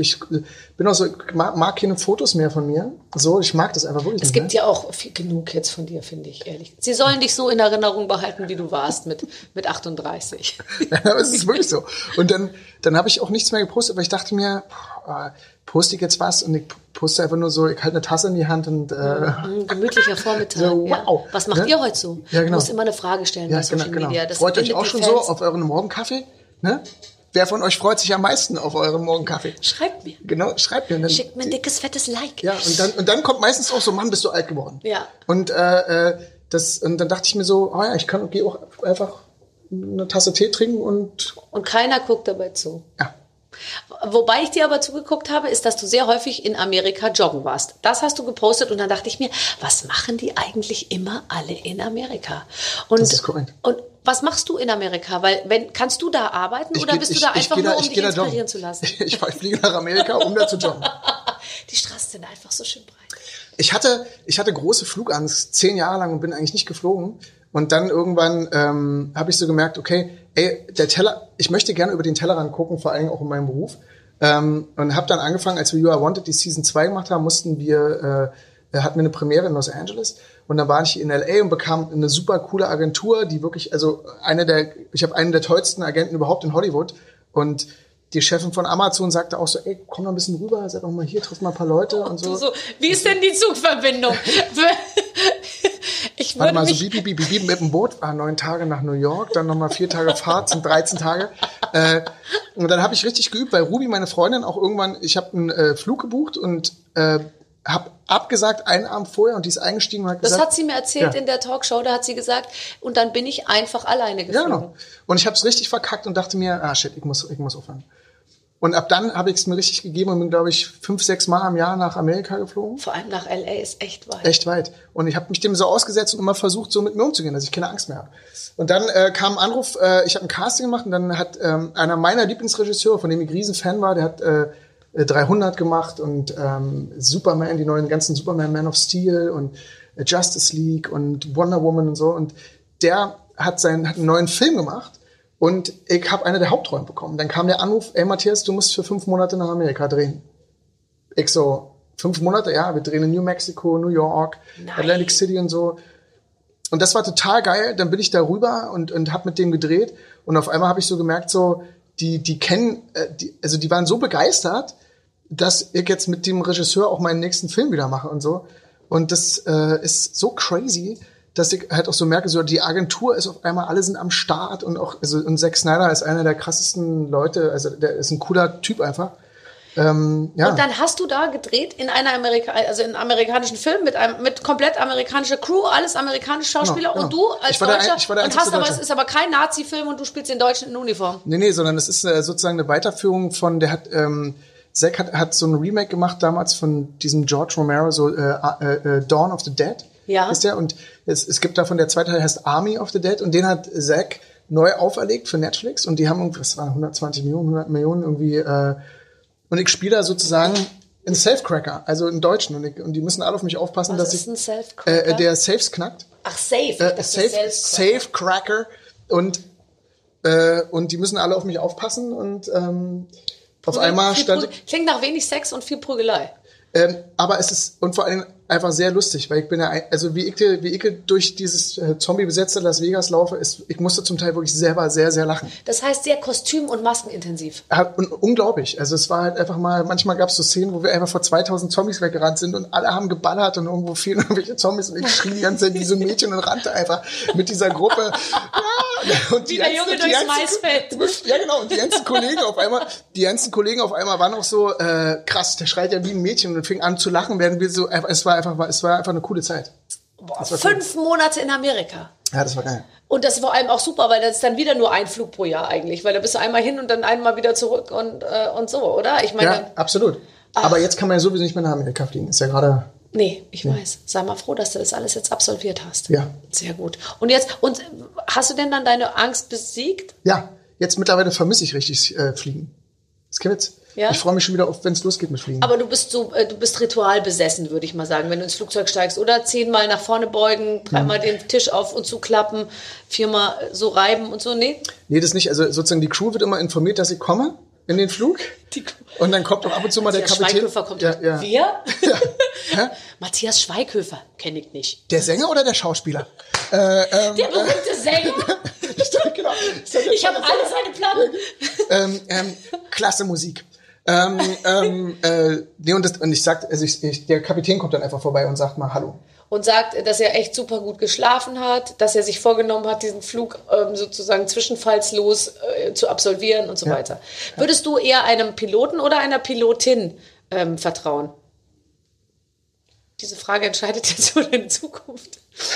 bin auch so, ich mag keine Fotos mehr von mir. So, ich mag das einfach wirklich. Es gibt ja auch genug jetzt von dir, finde ich, ehrlich. Sie sollen dich so in Erinnerung behalten, wie du warst mit 38. Ja, aber es ist wirklich so. Und dann habe ich auch nichts mehr gepostet, weil ich dachte mir, poste ich jetzt was und ich poste einfach nur so, ich halte eine Tasse in die Hand und gemütlicher Vormittag. So, wow. Ja. Was macht ihr heute so? Ja, genau. Du musst immer eine Frage stellen bei Social Media. Das freut euch auch schon so auf euren Morgenkaffee? Ne? Wer von euch freut sich am meisten auf euren Morgenkaffee? Schreibt mir. Genau, schreibt mir. Schickt mir ein dickes, fettes Like. Ja, und dann kommt meistens auch so, Mann, bist du alt geworden. Ja. Und dann dachte ich mir so, ich kann auch einfach eine Tasse Tee trinken und keiner guckt dabei zu. Ja. Wobei ich dir aber zugeguckt habe, ist, dass du sehr häufig in Amerika joggen warst. Das hast du gepostet und dann dachte ich mir, was machen die eigentlich immer alle in Amerika? Das ist korrekt. Und was machst du in Amerika? Weil kannst du da arbeiten oder bist du da einfach nur, um dich inspirieren zu lassen? Ich fliege nach Amerika, um da zu joggen. Die Straßen sind einfach so schön breit. Ich hatte große Flugangst 10 Jahre lang und bin eigentlich nicht geflogen. Und dann irgendwann habe ich so gemerkt, okay, der Teller, ich möchte gerne über den Tellerrand gucken, vor allem auch in meinem Beruf. Und habe dann angefangen, als wir You Are Wanted die Season 2 gemacht haben, hatten wir eine Premiere in Los Angeles. Und dann war ich in LA und bekam eine super coole Agentur, die wirklich, also ich habe einen der tollsten Agenten überhaupt in Hollywood. Und die Chefin von Amazon sagte auch so, komm mal ein bisschen rüber, sag doch mal hier, triff mal ein paar Leute und so. Wie ist denn die Zugverbindung? Warte mal, so bieb, mit dem Boot, war 9 Tage nach New York, dann nochmal 4 Tage Fahrt, sind 13 Tage. Und dann habe ich richtig geübt, weil Ruby, meine Freundin, auch irgendwann, ich habe einen Flug gebucht und habe abgesagt einen Abend vorher und die ist eingestiegen und hat gesagt... Das hat sie mir erzählt in der Talkshow, da hat sie gesagt, und dann bin ich einfach alleine geflogen. Ja, genau. Und ich habe es richtig verkackt und dachte mir, shit, ich muss aufhören. Und ab dann habe ich es mir richtig gegeben und bin, glaube ich, 5-6 Mal im Jahr nach Amerika geflogen. Vor allem nach L.A. ist echt weit. Echt weit. Und ich habe mich dem so ausgesetzt und immer versucht, so mit mir umzugehen, dass ich keine Angst mehr habe. Und dann kam ein Anruf, ich habe ein Casting gemacht und dann hat einer meiner Lieblingsregisseure, von dem ich Riesenfan war, der hat 300 gemacht und Superman, die neuen ganzen Superman, Man of Steel und Justice League und Wonder Woman und so. Und der hat einen neuen Film gemacht. Und ich habe eine der Hauptrollen bekommen. Dann kam der Anruf, ey Matthias, du musst für 5 Monate nach Amerika drehen. Ich so, 5 Monate? Ja, wir drehen in New Mexico, New York, Atlantic City und so. Und das war total geil. Dann bin ich da rüber und habe mit dem gedreht. Und auf einmal habe ich so gemerkt, so die waren so begeistert, dass ich jetzt mit dem Regisseur auch meinen nächsten Film wieder mache und so. Und das ist so crazy, dass ich halt auch so merke, so die Agentur ist auf einmal, alle sind am Start und auch, und Zack Snyder ist einer der krassesten Leute, also der ist ein cooler Typ einfach. Ja. Und dann hast du da gedreht in einer in einem amerikanischen Film mit komplett amerikanischer Crew, alles amerikanische Schauspieler und du als Deutscher und hast aber, es ist aber kein Nazi-Film und du spielst den Deutschen in Uniform. Nee, sondern es ist sozusagen eine Weiterführung von, Zack hat so ein Remake gemacht damals von diesem George Romero, so Dawn of the Dead. Ja. Ist der? Und es gibt davon, der zweite Teil heißt Army of the Dead und den hat Zack neu auferlegt für Netflix und die haben irgendwie, was waren 120 Millionen, 100 Millionen irgendwie, und ich spiele da sozusagen einen Safecracker, also einen Deutschen und die müssen alle auf mich aufpassen, was dass ist ein Safecracker? Der Safes knackt. Ach, Safecracker und die müssen alle auf mich aufpassen und auf einmal stand ich... Klingt nach wenig Sex und viel Prügelei. Aber es ist, und vor allem einfach sehr lustig, weil ich bin ja, also wie ich durch dieses Zombie-besetzte Las Vegas laufe, ich musste zum Teil wirklich selber sehr, sehr lachen. Das heißt sehr kostüm- und maskenintensiv. Und unglaublich. Also es war halt einfach mal, manchmal gab es so Szenen, wo wir einfach vor 2000 Zombies weggerannt sind und alle haben geballert und irgendwo fehlen irgendwelche Zombies und ich schrie die ganze Zeit wie so ein Mädchen und rannte einfach mit dieser Gruppe. Und wie der Junge durchs Maisfeld. Ja, genau. Und die ganzen Kollegen auf einmal waren auch so, krass, der schreit ja wie ein Mädchen und fing an zu lachen, während wir so, es war einfach eine coole Zeit. Boah, 5 Monate in Amerika. Ja, das war geil. Und das ist vor allem auch super, weil das ist dann wieder nur ein Flug pro Jahr eigentlich, weil da bist du einmal hin und dann einmal wieder zurück und so, oder? Ich meine, ja, absolut. Aber jetzt kann man ja sowieso nicht mehr nach Amerika fliegen. Ist ja gerade... Nee, ich weiß. Sei mal froh, dass du das alles jetzt absolviert hast. Ja. Sehr gut. Und hast du denn dann deine Angst besiegt? Ja, jetzt mittlerweile vermisse ich richtig Fliegen. Das kennen wir jetzt. Ja? Ich freue mich schon wieder auf, wenn es losgeht mit Fliegen. Aber du bist ritualbesessen, würde ich mal sagen, wenn du ins Flugzeug steigst. Oder 10-mal nach vorne beugen, 3-mal den Tisch auf und zuklappen, 4-mal so reiben und so, nee? Nee, das nicht. Also sozusagen die Crew wird immer informiert, dass ich komme in den Flug. Und dann kommt auch ab und zu mal der Kapitän. Schweighöfer kommt. Ja. Wer? Ja. Matthias Schweighöfer, kenne ich nicht. Der Sänger oder der Schauspieler? Der berühmte Sänger? Genau. Ich habe alle seine Platten. Klasse Musik. Nee, und ich sag, also der Kapitän kommt dann einfach vorbei und sagt mal Hallo. Und sagt, dass er echt super gut geschlafen hat, dass er sich vorgenommen hat, diesen Flug sozusagen zwischenfallslos zu absolvieren und so weiter. Würdest du eher einem Piloten oder einer Pilotin vertrauen? Diese Frage entscheidet jetzt für deine Zukunft.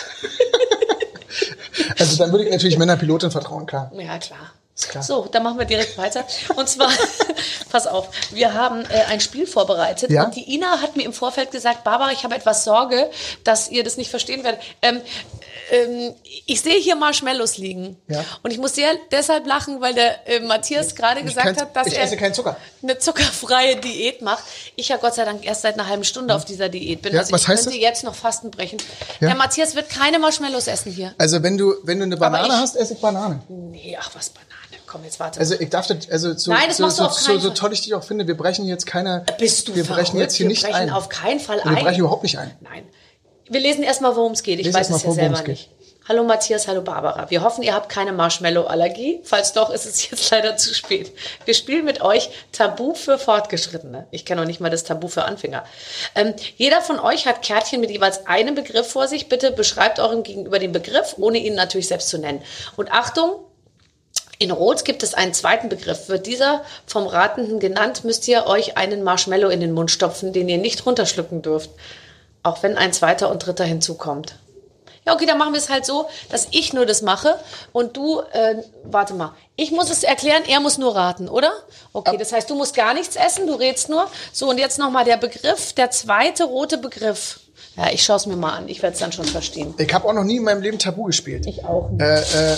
Also dann würde ich natürlich meiner Pilotin vertrauen, klar. Ja, klar. Ist klar. So, dann machen wir direkt weiter. Und zwar, pass auf, wir haben ein Spiel vorbereitet. Ja? Und die Ina hat mir im Vorfeld gesagt, Barbara, ich habe etwas Sorge, dass ihr das nicht verstehen werdet. Ich sehe hier Marshmallows liegen. Ja. Und ich muss deshalb lachen, weil der Matthias gerade gesagt hat, dass er esse keinen Zucker. Eine zuckerfreie Diät macht. Ich ja Gott sei Dank erst seit einer halben Stunde auf dieser Diät bin. Ja, also was heißt könnte das? Jetzt noch Fasten brechen. Ja. Der Matthias wird keine Marshmallows essen hier. Also wenn du eine Banane hast, esse ich Banane. Nee, ach was, Banane. Komm, jetzt warte. Also ich darf das, Nein, das machst du auf keinen so Fall. toll ich dich auch finde, wir brechen jetzt keine... Bist du Wir verrückt? brechen jetzt hier nicht ein. Wir brechen auf keinen Fall Wir ein. brechen überhaupt nicht ein. Nein. Wir lesen erstmal, worum es geht. Ich weiß es ja selber nicht. Hallo Matthias, hallo Barbara. Wir hoffen, ihr habt keine Marshmallow-Allergie. Falls doch, ist es jetzt leider zu spät. Wir spielen mit euch Tabu für Fortgeschrittene. Ich kenne noch nicht mal das Tabu für Anfänger. Jeder von euch hat Kärtchen mit jeweils einem Begriff vor sich. Bitte beschreibt eurem Gegenüber den Begriff, ohne ihn natürlich selbst zu nennen. Und Achtung, in Rot gibt es einen zweiten Begriff. Wird dieser vom Ratenden genannt, müsst ihr euch einen Marshmallow in den Mund stopfen, den ihr nicht runterschlucken dürft. Auch wenn ein zweiter und dritter hinzukommt. Ja, okay, dann machen wir es halt so, dass ich nur das mache und du, warte mal, ich muss es erklären, er muss nur raten, oder? Okay, das heißt, du musst gar nichts essen, du redst nur. So, und jetzt nochmal der Begriff, der zweite rote Begriff. Ja, ich schaue es mir mal an, ich werde es dann schon verstehen. Ich habe auch noch nie in meinem Leben Tabu gespielt. Ich auch nicht.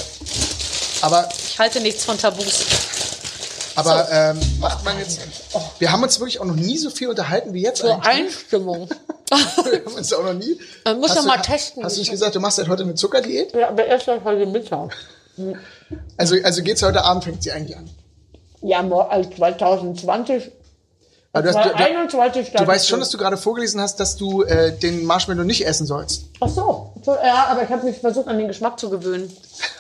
Aber ich halte nichts von Tabus. Aber macht man jetzt... Wir haben uns wirklich auch noch nie so viel unterhalten wie jetzt Zur Einstimmung. Wir haben uns auch noch nie... Man muss doch mal testen. Hast du nicht gesagt, du machst halt heute eine Zuckerdiät? Ja, aber erst seit heute Mittag. Also geht's heute Abend, fängt sie eigentlich an? Ja, also 2020... Aber du 21 weißt schon, dass du gerade vorgelesen hast, dass du den Marshmallow nicht essen sollst. Ach so. Ja, aber ich habe mich versucht, an den Geschmack zu gewöhnen.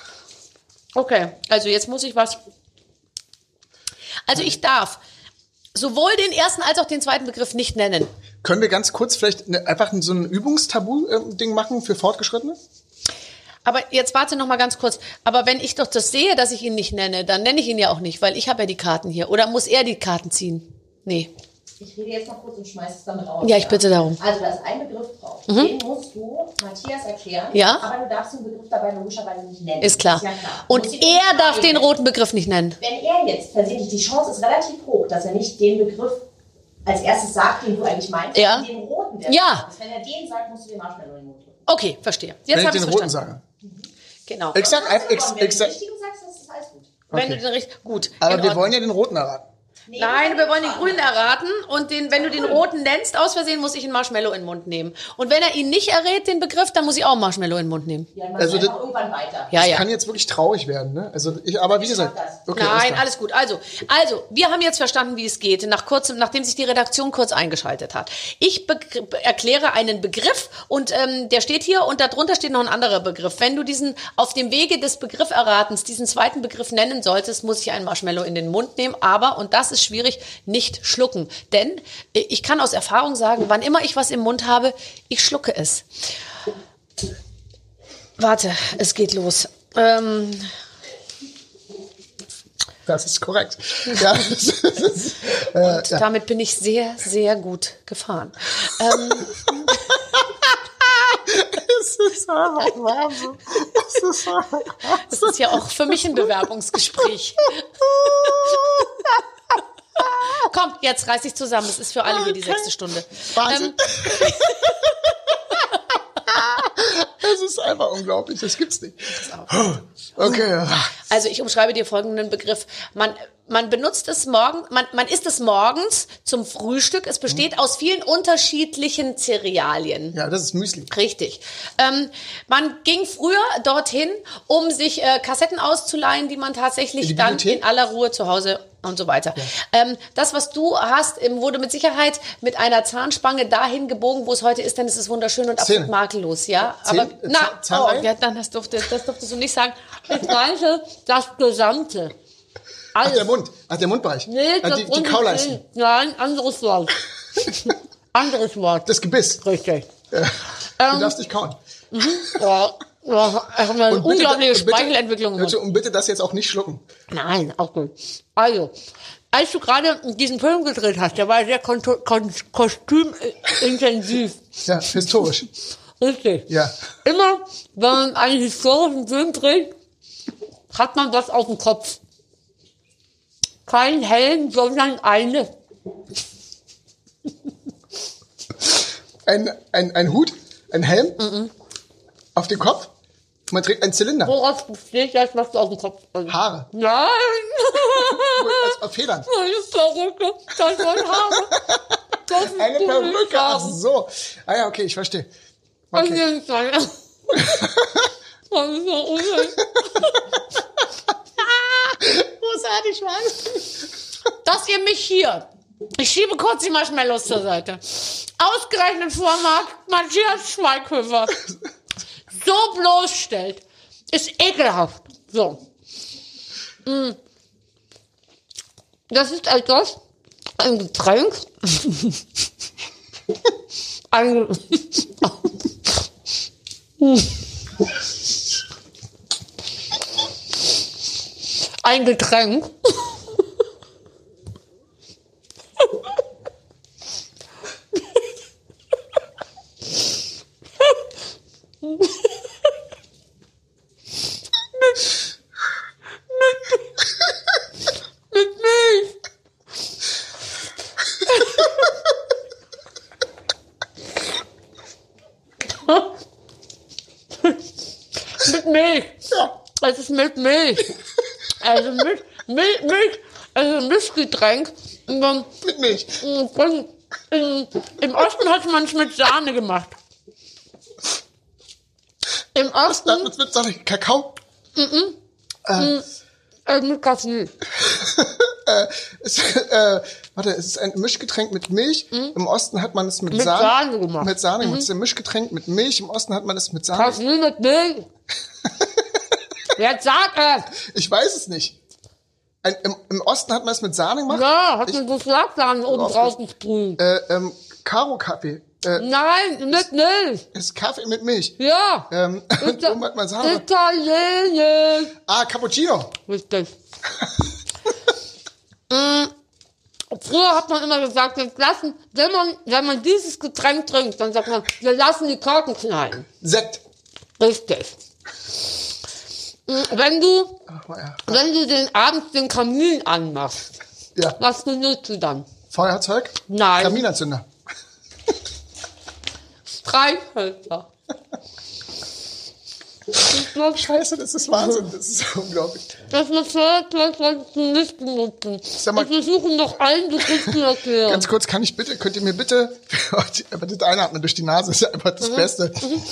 Okay, also jetzt muss ich was... Also ich darf sowohl den ersten als auch den zweiten Begriff nicht nennen. Können wir ganz kurz vielleicht einfach so ein Übungstabu-Ding machen für Fortgeschrittene? Aber jetzt warte noch mal ganz kurz. Aber wenn ich doch das sehe, dass ich ihn nicht nenne, dann nenne ich ihn ja auch nicht, weil ich habe ja die Karten hier. Oder muss er die Karten ziehen? Nee. Ich rede jetzt noch kurz und schmeiße es damit raus. Ja, ich bitte darum. Also da ist ein Begriff drauf. Den musst du Matthias erklären. Ja. Aber du darfst den Begriff dabei logischerweise nicht nennen. Ist klar. Ist ja klar. Und er darf den roten Begriff nicht nennen. Wenn er jetzt versehentlich, die Chance ist relativ hoch, dass er nicht den Begriff als erstes sagt, den du eigentlich meinst, ja. Den roten. Der ja. Wenn er den sagt, musst du den Marshmallow in den Mund drücken. Okay, verstehe. Jetzt habe ich den roten sage. Genau. Wenn du den richtigen sagst, das ist alles gut. Wenn Okay. du den richtig gut. Aber wir wollen ja den roten erraten. Nee, Nein, wir wollen den grünen erraten und wenn du den roten nennst, aus Versehen muss ich einen Marshmallow in den Mund nehmen. Und wenn er ihn nicht errät, den Begriff, dann muss ich auch einen Marshmallow in den Mund nehmen. Ja, Also einfach irgendwann weiter. Ja, Das ja. kann jetzt wirklich traurig werden, ne? Also aber wie gesagt, okay, Nein, klar. alles gut. Also, wir haben jetzt verstanden, wie es geht, nachdem sich die Redaktion kurz eingeschaltet hat. Ich erkläre einen Begriff und der steht hier und darunter steht noch ein anderer Begriff. Wenn du diesen auf dem Wege des Begrifferratens diesen zweiten Begriff nennen solltest, muss ich einen Marshmallow in den Mund nehmen, aber, und das ist schwierig, nicht schlucken. Denn ich kann aus Erfahrung sagen, wann immer ich was im Mund habe, ich schlucke es. Warte, es geht los. Das ist korrekt. Ja, Und damit bin ich sehr, sehr gut gefahren. Es ist einfach Wahnsinn. Das ist ja auch für mich ein Bewerbungsgespräch. Komm, jetzt reiß dich zusammen. Es ist für alle hier die 6. Stunde. Wahnsinn. Es ist einfach unglaublich. Das gibt's nicht. Okay. Also ich umschreibe dir folgenden Begriff. Man benutzt es man isst es morgens zum Frühstück. Es besteht aus vielen unterschiedlichen Cerealien. Ja, das ist Müsli. Richtig. Man ging früher dorthin, um sich Kassetten auszuleihen, die man tatsächlich dann in aller Ruhe zu Hause und so weiter. Ja. Das, was du hast, wurde mit Sicherheit mit einer Zahnspange dahin gebogen, wo es heute ist, denn es ist wunderschön und absolut makellos. Ja, aber das durftest du nicht sagen. Ich meine das Gesamte. Alles. Ach, der Mundbereich. Nee, die Kauleisten. Nein, anderes Wort. Anderes Wort. Das Gebiss. Richtig. Du darfst nicht kauen. Ja, eine unglaubliche Speichelentwicklung. Und bitte das jetzt auch nicht schlucken. Nein, auch gut. Also, als du gerade diesen Film gedreht hast, der war sehr kostümintensiv. Ja, historisch. Richtig. Ja. Immer, wenn man einen historischen Film dreht, hat man was auf dem Kopf. Kein Helm, sondern eine. Ein Hut? Ein Helm? Auf dem Kopf? Man trägt einen Zylinder. Woraus besteht das, was du auf dem Kopf hast? Haare. Nein! Auf Federn. Eine Perücke, das waren Haare. Eine Perücke, ach so. Ah ja, okay, ich verstehe. Okay. Großartig, was? Dass ihr mich hier, ich schiebe kurz die Marshmallows zur Seite, ausgerechnet vor Matthias Schweighöfer, so bloßstellt, ist ekelhaft. So. Das ist etwas, ein Getränk. Ein Getränk. Mit Milch. Mit Milch. Ja. Es ist mit Milch. Also Milch, also Mischgetränk. Und dann, Mit Milch. Im Osten hat man es mit Sahne gemacht. Im Osten. Mit Sahne, Kakao? Mit Kaffee. Es ist ein Mischgetränk mit Milch. Im Osten hat man es mit Sahne gemacht. Mit Sahne gemacht. Es ist ein Mischgetränk mit Milch. Im Osten hat man es mit Sahne. Kaffee mit Milch. Jetzt sag es. Ich weiß es nicht. Im Osten hat man es mit Sahne gemacht? Ja, hat man so Schlagsahne oben drauf gesprüht. Karo-Kaffee. Nein, mit Milch. Es ist Kaffee mit Milch. Ja. Und oben hat man Sahne. Italienisch. Cappuccino. Richtig. Früher hat man immer gesagt, wenn man dieses Getränk trinkt, dann sagt man, wir lassen die Korken knallen. Sekt. Richtig. Wenn du den abends den Kamin anmachst, ja. Was benutzt du dann? Feuerzeug? Nein. Kaminanzünder. Streichhölzer. Scheiße, das ist Wahnsinn. Das ist unglaublich. Das ist solltest du nicht benutzen. Sag mal, wir versuchen noch allen Begriff zu erklären. Ganz kurz, könnt ihr mir bitte das Einatmen durch die Nase ist ja einfach das Beste.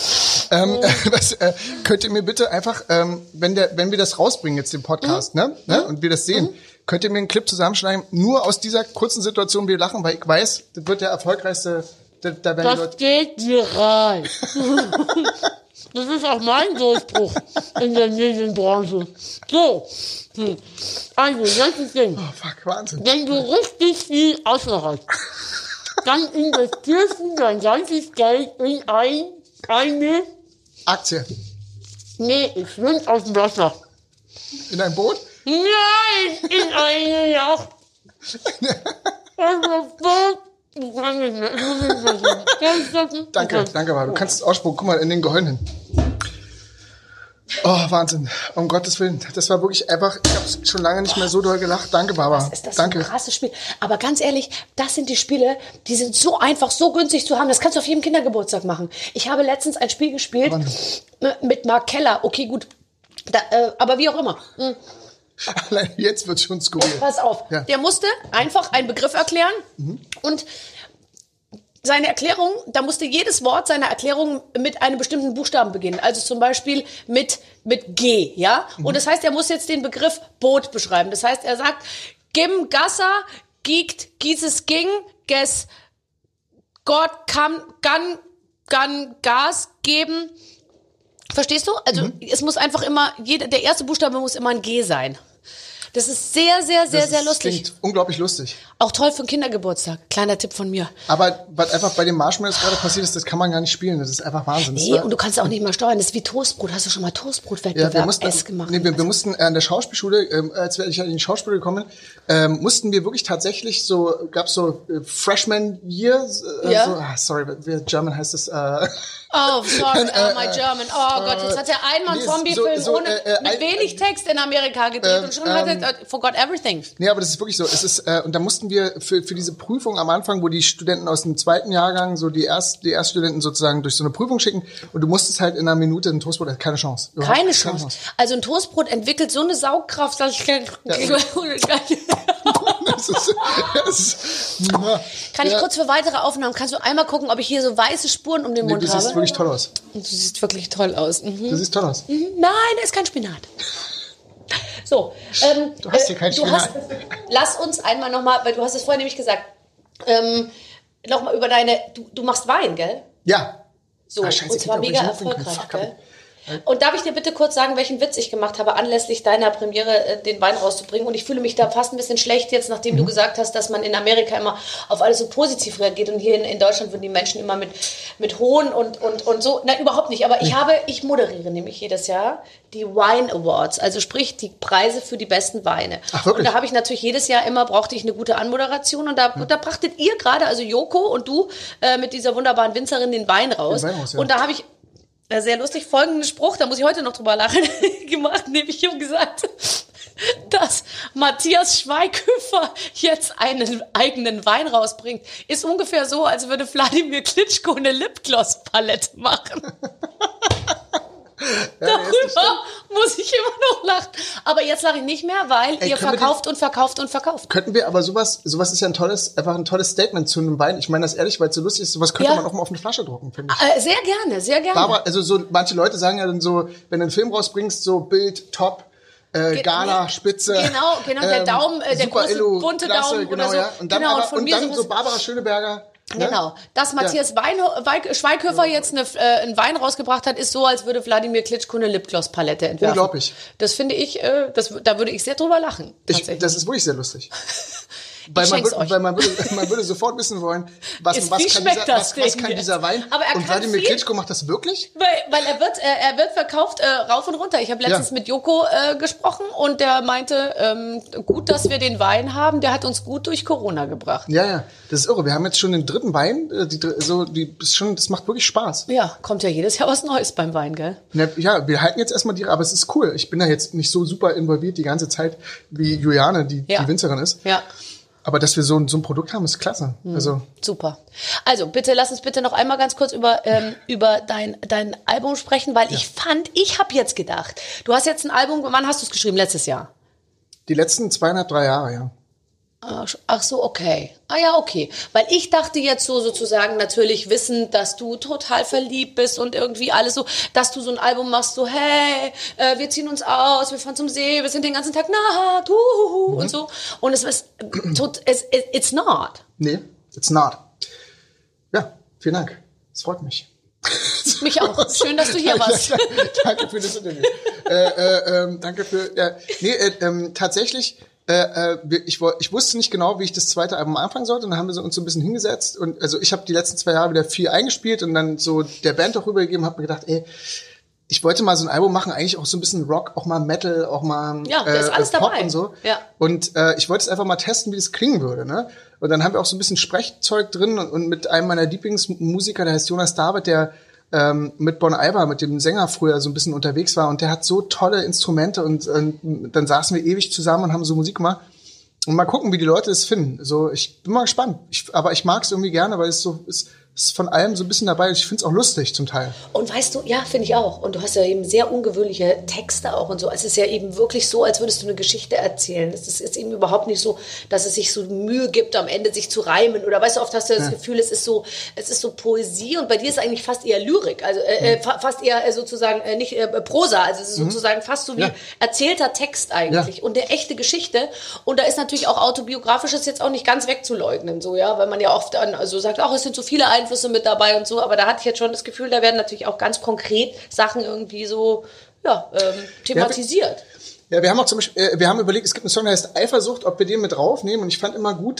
Könnt ihr mir bitte einfach, wenn wir das rausbringen jetzt, den Podcast, ne? Und wir das sehen, könnt ihr mir einen Clip zusammenschneiden, nur aus dieser kurzen Situation, wir lachen, weil ich weiß, das wird der erfolgreichste, da werden die Leute... geht viral. Das ist auch mein Durchbruch in der Medienbranche. So. Also, das ist Ding. Oh, fuck, Wahnsinn. Wenn du richtig viel Asche hast, dann investierst du dein ganzes Geld in eine Aktie. Nee, ich schwimme aus dem Wasser. In ein Boot? Nein, in eine Yacht. Danke, aber du kannst es ausspucken. Guck mal in den Gehirn hin. Oh, Wahnsinn. Um Gottes Willen. Das war wirklich einfach, ich habe schon lange nicht mehr so doll gelacht. Danke, Barbara. Das ist Danke. So ein krasses Spiel. Aber ganz ehrlich, das sind die Spiele, die sind so einfach, so günstig zu haben. Das kannst du auf jedem Kindergeburtstag machen. Ich habe letztens ein Spiel gespielt mit Mark Keller. Okay, gut. Aber wie auch immer. Allein jetzt wird schon skurril. Pass auf. Ja. Der musste einfach einen Begriff erklären und seine Erklärung, da musste jedes Wort seiner Erklärung mit einem bestimmten Buchstaben beginnen. Also zum Beispiel mit G, ja? Und das heißt, er muss jetzt den Begriff Boot beschreiben. Das heißt, er sagt, Gim Gasser, Giegt, Gieses Ging, Ges, Gott kann Gas geben. Verstehst du? Also es muss einfach immer, der erste Buchstabe muss immer ein G sein. Das ist sehr, sehr, sehr, sehr lustig. Klingt unglaublich lustig. Auch toll für einen Kindergeburtstag. Kleiner Tipp von mir. Aber was einfach bei den Marshmallows gerade passiert ist, das kann man gar nicht spielen. Das ist einfach Wahnsinn. Nee, und du kannst auch nicht mal steuern. Das ist wie Toastbrot. Hast du schon mal Toastbrot-Wettbewerb gemacht? Nee, wir mussten an der Schauspielschule, als ich in die Schauspielschule gekommen bin, mussten wir wirklich tatsächlich gab's so Freshman Year. German heißt es. Oh, sorry, my German. Oh Gott, jetzt hat er einmal einen Zombie-Film mit wenig Text in Amerika gedreht und schon hat er forgot everything. Nee, aber das ist wirklich so. Es ist, und da mussten wir für diese Prüfung am Anfang, wo die Studenten aus dem zweiten Jahrgang, so die Erststudenten sozusagen durch so eine Prüfung schicken und du musstest halt in einer Minute ein Toastbrot, keine Chance. Keine Chance. Also ein Toastbrot entwickelt so eine Saugkraft, dass ich Kann ich kurz für weitere Aufnahmen, kannst du einmal gucken, ob ich hier so weiße Spuren um den Mund habe? Du siehst wirklich toll aus. Du siehst wirklich toll aus. Du siehst toll aus. Nein, da ist kein Spinat. So. Du hast hier kein Spinat. Lass uns einmal nochmal, weil du hast es vorhin nämlich gesagt, nochmal über du machst Wein, gell? Ja. So, und zwar mega erfolgreich, gell? Und darf ich dir bitte kurz sagen, welchen Witz ich gemacht habe, anlässlich deiner Premiere den Wein rauszubringen? Und ich fühle mich da fast ein bisschen schlecht jetzt, nachdem du gesagt hast, dass man in Amerika immer auf alles so positiv reagiert und hier in Deutschland würden die Menschen immer mit Hohn und so. Nein, überhaupt nicht. Aber ich moderiere nämlich jedes Jahr die Wine Awards, also sprich die Preise für die besten Weine. Ach, wirklich? Und da habe ich natürlich jedes Jahr brauchte ich eine gute Anmoderation und da brachtet ihr gerade, also Joko und du mit dieser wunderbaren Winzerin den Wein raus. Den Wein raus, ja. Und da habe ich sehr lustig folgenden Spruch, da muss ich heute noch drüber lachen, gemacht, nämlich ich habe gesagt, dass Matthias Schweighöfer jetzt einen eigenen Wein rausbringt, ist ungefähr so, als würde Wladimir Klitschko eine Lipgloss-Palette machen. Darüber muss ich immer noch lachen. Aber jetzt lache ich nicht mehr, weil ihr verkauft und verkauft und verkauft. Könnten wir aber sowas ist ja einfach ein tolles Statement zu einem Wein. Ich meine das ehrlich, weil es so lustig ist, sowas könnte man auch mal auf eine Flasche drucken, finde ich. Sehr gerne, sehr gerne. Barbara, also so, manche Leute sagen ja dann so, wenn du einen Film rausbringst, so Bild, top, Gala, Spitze. Genau, der Daumen, der große Illu, bunte Klasse, Daumen genau, oder so. Ja. Und dann, und dann so Barbara Schöneberger. Ne? Genau. Dass Matthias Schweighöfer jetzt einen Wein rausgebracht hat, ist so, als würde Wladimir Klitschko eine Lipgloss-Palette entwerfen. Unglaublich. Das finde ich, da würde ich sehr drüber lachen. Das ist wirklich sehr lustig. Weil man würde sofort wissen wollen, was kann dieser Wein. Aber und Wladimir Klitschko macht das wirklich? Weil er wird verkauft rauf und runter. Ich habe letztens mit Joko gesprochen und der meinte, gut, dass wir den Wein haben, der hat uns gut durch Corona gebracht. Ja, das ist irre. Wir haben jetzt schon den dritten Wein, das macht wirklich Spaß. Ja, kommt ja jedes Jahr was Neues beim Wein, gell? Ja, wir halten jetzt erstmal aber es ist cool. Ich bin da jetzt nicht so super involviert die ganze Zeit, wie Juliane, die Winzerin ist. Ja. Aber dass wir so ein Produkt haben, ist klasse. Also super. Also bitte, lass uns bitte noch einmal ganz kurz über dein Album sprechen, weil ich habe jetzt gedacht, du hast jetzt ein Album, wann hast du es geschrieben? Letztes Jahr? Die letzten 2,5-3 Jahre, ja. Ach so, okay. Okay. Weil ich dachte jetzt so sozusagen natürlich wissen, dass du total verliebt bist und irgendwie alles so, dass du so ein Album machst, so hey, wir ziehen uns aus, wir fahren zum See, wir sind den ganzen Tag nackt, und so. Und it's not. Nee, it's not. Ja, vielen Dank. Das freut mich. Mich auch. Schön, dass du hier warst. Danke für das Interview. Danke für, tatsächlich, ich wusste nicht genau, wie ich das zweite Album anfangen sollte. Und dann haben wir uns so ein bisschen hingesetzt. Und also ich habe die letzten 2 Jahre wieder viel eingespielt und dann so der Band auch rübergegeben, habe mir gedacht, ich wollte mal so ein Album machen, eigentlich auch so ein bisschen Rock, auch mal Metal, auch mal da ist alles Pop dabei. Und so. Ja. Und ich wollte es einfach mal testen, wie das klingen würde. Ne? Und dann haben wir auch so ein bisschen Sprechzeug drin und mit einem meiner Lieblingsmusiker, der heißt Jonas David, der mit Bon Iver, mit dem Sänger früher so ein bisschen unterwegs war und der hat so tolle Instrumente und dann saßen wir ewig zusammen und haben so Musik gemacht und mal gucken, wie die Leute es finden. So, ich bin mal gespannt. Aber ich mag es irgendwie gerne, weil es so ist von allem so ein bisschen dabei. Ich finde es auch lustig zum Teil. Und weißt du, ja, finde ich auch. Und du hast ja eben sehr ungewöhnliche Texte auch und so. Es ist ja eben wirklich so, als würdest du eine Geschichte erzählen. Es ist eben überhaupt nicht so, dass es sich so Mühe gibt, am Ende sich zu reimen. Oder weißt du, oft hast du das Gefühl, es ist so Poesie und bei dir ist eigentlich fast eher Lyrik. Also fast eher sozusagen nicht Prosa. Also es ist sozusagen fast so wie erzählter Text eigentlich. Und eine echte Geschichte. Und da ist natürlich auch autobiografisches jetzt auch nicht ganz wegzuleugnen, so, ja, weil man ja oft so sagt, es sind so viele Einflüsse mit dabei und so, aber da hatte ich jetzt schon das Gefühl, da werden natürlich auch ganz konkret Sachen irgendwie so thematisiert. Ja, wir haben auch zum Beispiel, wir haben überlegt, es gibt einen Song, der heißt Eifersucht, ob wir den mit draufnehmen und ich fand immer gut,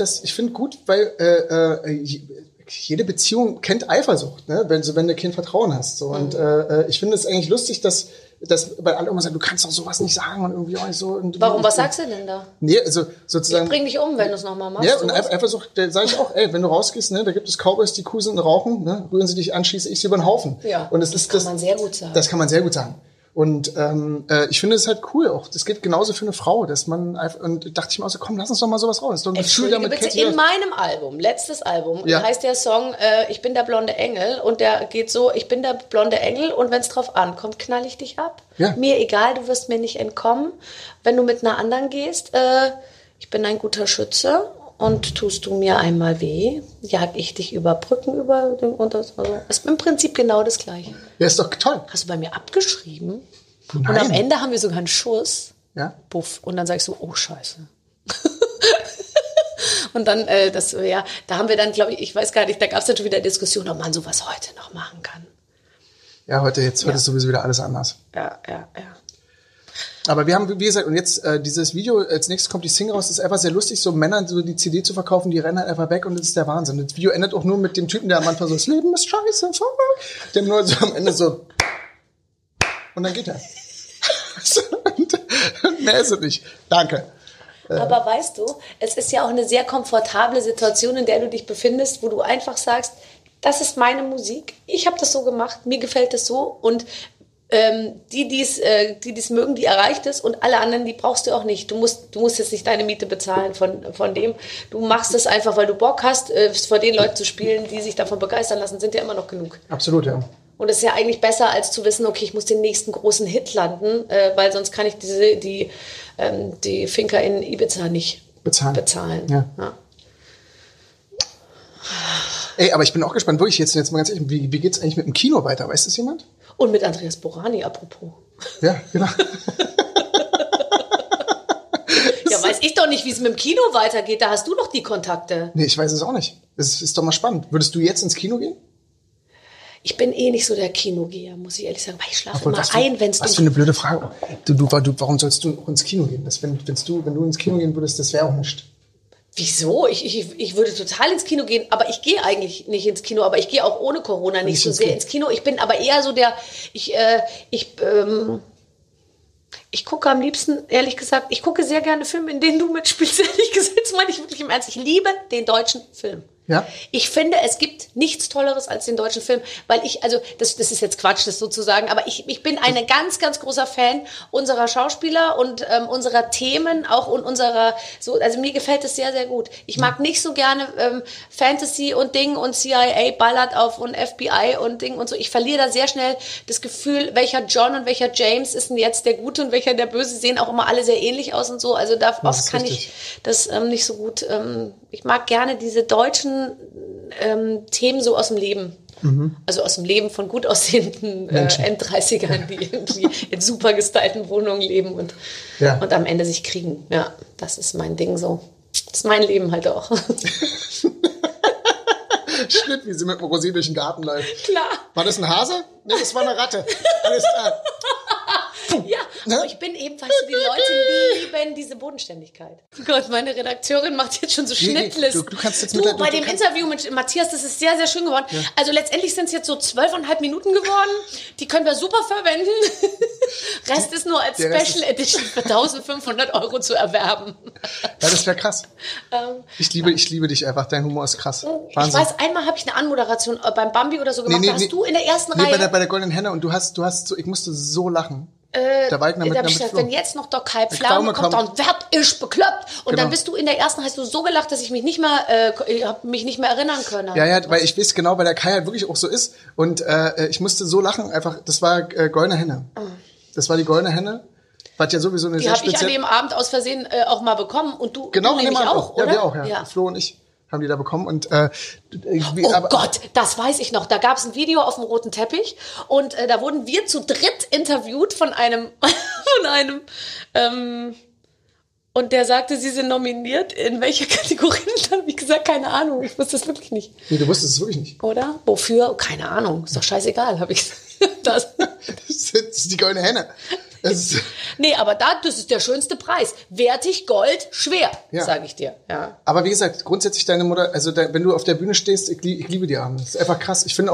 weil jede Beziehung kennt Eifersucht, ne? Wenn du kein Vertrauen hast. So. Und ich finde es eigentlich lustig, dass weil alle immer sagen, du kannst doch sowas nicht sagen und irgendwie auch nicht so. Warum? Was sagst du denn da? Nee, also sozusagen. Ich bring dich um, wenn du es nochmal machst. Ja, und Eifersucht, da sage ich auch, wenn du rausgehst, ne, da gibt es Cowboys, die Kusen und rauchen, ne, rühren sie dich an, schieße ich sie über den Haufen. Ja, und das kann man sehr gut sagen. Das kann man sehr gut sagen. Und ich finde es halt cool auch. Das geht genauso für eine Frau, dass man einfach, und dachte ich mir auch so, komm, lass uns doch mal sowas raus. Das ist doch ein Gefühl damit. Bitte, in meinem Album, letztes Album, heißt der Song Ich bin der blonde Engel und der geht so, ich bin der blonde Engel und wenn es drauf ankommt, knall ich dich ab. Ja. Mir egal, du wirst mir nicht entkommen. Wenn du mit einer anderen gehst, ich bin ein guter Schütze. Und tust du mir einmal weh, jag ich dich über Brücken und das ist im Prinzip genau das Gleiche. Ja, ist doch toll. Hast du bei mir abgeschrieben? Nein. Und am Ende haben wir sogar einen Schuss. Ja. Puff. Und dann sagst du, oh Scheiße. Und dann, da haben wir dann, glaube ich weiß gar nicht, da gab es dann schon wieder Diskussion, ob man sowas heute noch machen kann. Ja, heute ist sowieso wieder alles anders. Ja. Aber wir haben, wie gesagt, und jetzt dieses Video, als nächstes kommt die Single raus, das ist einfach sehr lustig, so Männern so die CD zu verkaufen, die rennen halt einfach weg und das ist der Wahnsinn. Das Video endet auch nur mit dem Typen, der am Anfang so, das Leben ist scheiße, der nur so am Ende so und dann geht er. Und mehr ist es nicht. Danke. Aber weißt du, es ist ja auch eine sehr komfortable Situation, in der du dich befindest, wo du einfach sagst, das ist meine Musik, ich habe das so gemacht, mir gefällt das so und die dies mögen, die erreicht es und alle anderen, die brauchst du auch nicht. Du musst jetzt nicht deine Miete bezahlen von dem. Du machst es einfach, weil du Bock hast, vor den Leuten zu spielen, die sich davon begeistern lassen, sind ja immer noch genug. Absolut, ja. Und es ist ja eigentlich besser, als zu wissen, okay, ich muss den nächsten großen Hit landen, weil sonst kann ich die Finca in Ibiza nicht bezahlen. Ja. Ey, aber ich bin auch gespannt, wirklich jetzt mal ganz ehrlich, wie geht's eigentlich mit dem Kino weiter? Weiß das jemand? Und mit Andreas Borani, apropos. Ja, genau. Ja, weiß ich doch nicht, wie es mit dem Kino weitergeht. Da hast du doch die Kontakte. Nee, ich weiß es auch nicht. Es ist doch mal spannend. Würdest du jetzt ins Kino gehen? Ich bin nicht so der Kinogeher, muss ich ehrlich sagen. Weil ich schlafe immer ein, wenn es... Was für eine blöde Frage. Warum sollst du ins Kino gehen? Wenn du ins Kino gehen würdest, das wäre auch nichts. Wieso? Ich würde total ins Kino gehen, aber ich gehe eigentlich nicht ins Kino, aber ich gehe auch ohne Corona nicht so sehr ins Kino. Ich bin aber eher so ich gucke am liebsten, ehrlich gesagt, ich gucke sehr gerne Filme, in denen du mitspielst, ehrlich gesagt, das meine ich wirklich im Ernst. Ich liebe den deutschen Film. Ja? Ich finde, es gibt nichts Tolleres als den deutschen Film, weil das ist jetzt Quatsch, das sozusagen, aber ich bin ein ganz, ganz großer Fan unserer Schauspieler und unserer Themen auch und also mir gefällt es sehr, sehr gut. Ich mag nicht so gerne Fantasy und Ding und CIA ballert auf und FBI und Ding und so. Ich verliere da sehr schnell das Gefühl, welcher John und welcher James ist denn jetzt der Gute und welcher der Böse, sehen auch immer alle sehr ähnlich aus und so. Also da oft kann ich das nicht so gut. Ich mag gerne diese deutschen Themen so aus dem Leben. Also aus dem Leben von gut aussehenden End-30ern, die irgendwie in super gestylten Wohnungen leben und am Ende sich kriegen. Ja, das ist mein Ding so. Das ist mein Leben halt auch. Schnitt, wie sie mit dem Rosé durch den Garten läuft. Klar. War das ein Hase? Nee, das war eine Ratte. Alles klar. Ja, aber ich bin eben, weißt du, die Leute lieben diese Bodenständigkeit. Gott, meine Redakteurin macht jetzt schon so Schnittlisten. Du kannst jetzt bei dem Interview mit Matthias, das ist sehr, sehr schön geworden. Ja. Also letztendlich sind es jetzt so 12,5 Minuten geworden. Die können wir super verwenden. Rest ist nur als Special Edition für 1.500 € zu erwerben. Ja, das wäre krass. Ich liebe dich einfach. Dein Humor ist krass. Wahnsinn. Ich weiß, einmal habe ich eine Anmoderation beim Bambi oder so gemacht. Da hast du in der ersten Reihe... bei der Goldenen Henne und du hast so, ich musste so lachen. Da habe ich gesagt, wenn jetzt noch Doc Kai Pflaume kommt, dann werd ich bekloppt. Und dann bist du in der ersten, hast du so gelacht, dass ich mich nicht mehr erinnern können. Ja, weil ich weiß genau, weil der Kai halt wirklich auch so ist. Und ich musste so lachen, einfach, das war Goldene Henne. Das war die Goldene Henne. War ja sowieso eine die habe ich an dem Abend aus Versehen auch mal bekommen. Und du nämlich auch, oder? Ja, wir auch, ja. Flo und ich haben die da bekommen und Gott, das weiß ich noch. Da gab es ein Video auf dem roten Teppich und da wurden wir zu dritt interviewt von einem und der sagte, sie sind nominiert. In welcher Kategorie? Dann habe ich gesagt, keine Ahnung. Ich wusste es wirklich nicht. Nee, du wusstest es wirklich nicht. Oder? Wofür? Keine Ahnung. Ist doch scheißegal, habe ich gesagt. Das ist die Goldene Henne. Nee, aber das ist der schönste Preis. Wertig, Gold, schwer, sage ich dir. Ja. Aber wie gesagt, grundsätzlich deine Mutter, also wenn du auf der Bühne stehst, ich liebe die Arme. Das ist einfach krass. Ich finde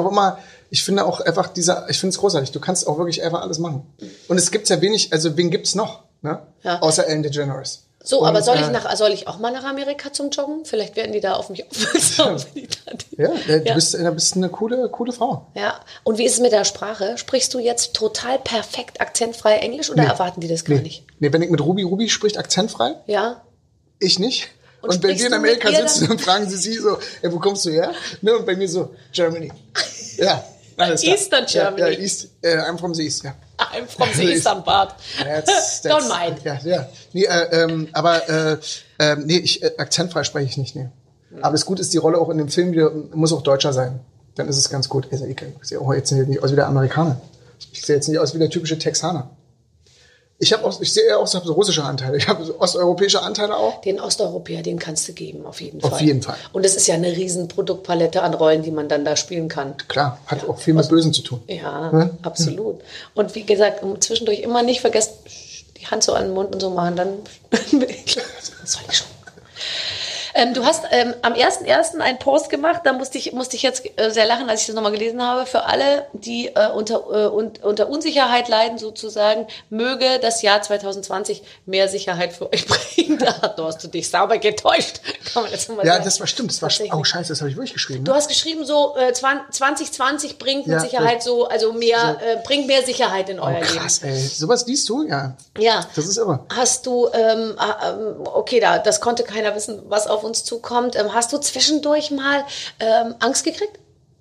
es großartig. Du kannst auch wirklich einfach alles machen. Und es gibt ja wenig, also wen gibt's noch? Ne? Ja. Außer Ellen DeGeneres. So, aber soll ich auch mal nach Amerika zum Joggen? Vielleicht werden die da auf mich aufmerksam. Du bist eine coole Frau. Ja. Und wie ist es mit der Sprache? Sprichst du jetzt total perfekt akzentfrei Englisch oder erwarten die das gar nicht? Nee, wenn ich mit Ruby spricht akzentfrei? Ja. Ich nicht. Und wenn wir in Amerika sitzen, dann fragen sie so, wo kommst du her? Ne, und bei mir so, Germany. Ja. Eastern Germany. I'm from the East, ja. I'm from the Eastern part. Don't mind. Ja. Nee, akzentfrei spreche ich nicht, nee. Aber das Gute ist, die Rolle auch in dem Film, muss auch Deutscher sein. Dann ist es ganz gut. Ich sehe auch jetzt nicht aus wie der Amerikaner. Ich sehe jetzt nicht aus wie der typische Texaner. Ich sehe eher auch so russische Anteile. Ich habe so osteuropäische Anteile auch. Den Osteuropäer, den kannst du geben, auf jeden Fall. Auf jeden Fall. Und es ist ja eine riesen Produktpalette an Rollen, die man dann da spielen kann. Klar, hat auch viel mit Bösen zu tun. Ja, absolut. Und wie gesagt, zwischendurch immer nicht vergessen, die Hand so an den Mund und so machen, dann bin ich, soll ich schon. Du hast am 1.1. einen Post gemacht, da musste ich jetzt sehr lachen, als ich das nochmal gelesen habe. Für alle, die unter Unsicherheit leiden sozusagen, möge das Jahr 2020 mehr Sicherheit für euch bringen. Da hast du dich sauber getäuscht. Kann man das mal sagen. Das war stimmt. Das war scheiße, das habe ich wirklich geschrieben. Ne? Du hast geschrieben, so 2020 bringt mit Sicherheit bringt mehr Sicherheit in euer Leben. Krass, ey. Sowas liest du? Ja. Ja. Das ist irre. Hast du, das konnte keiner wissen, was auf uns zukommt. Hast du zwischendurch mal Angst gekriegt?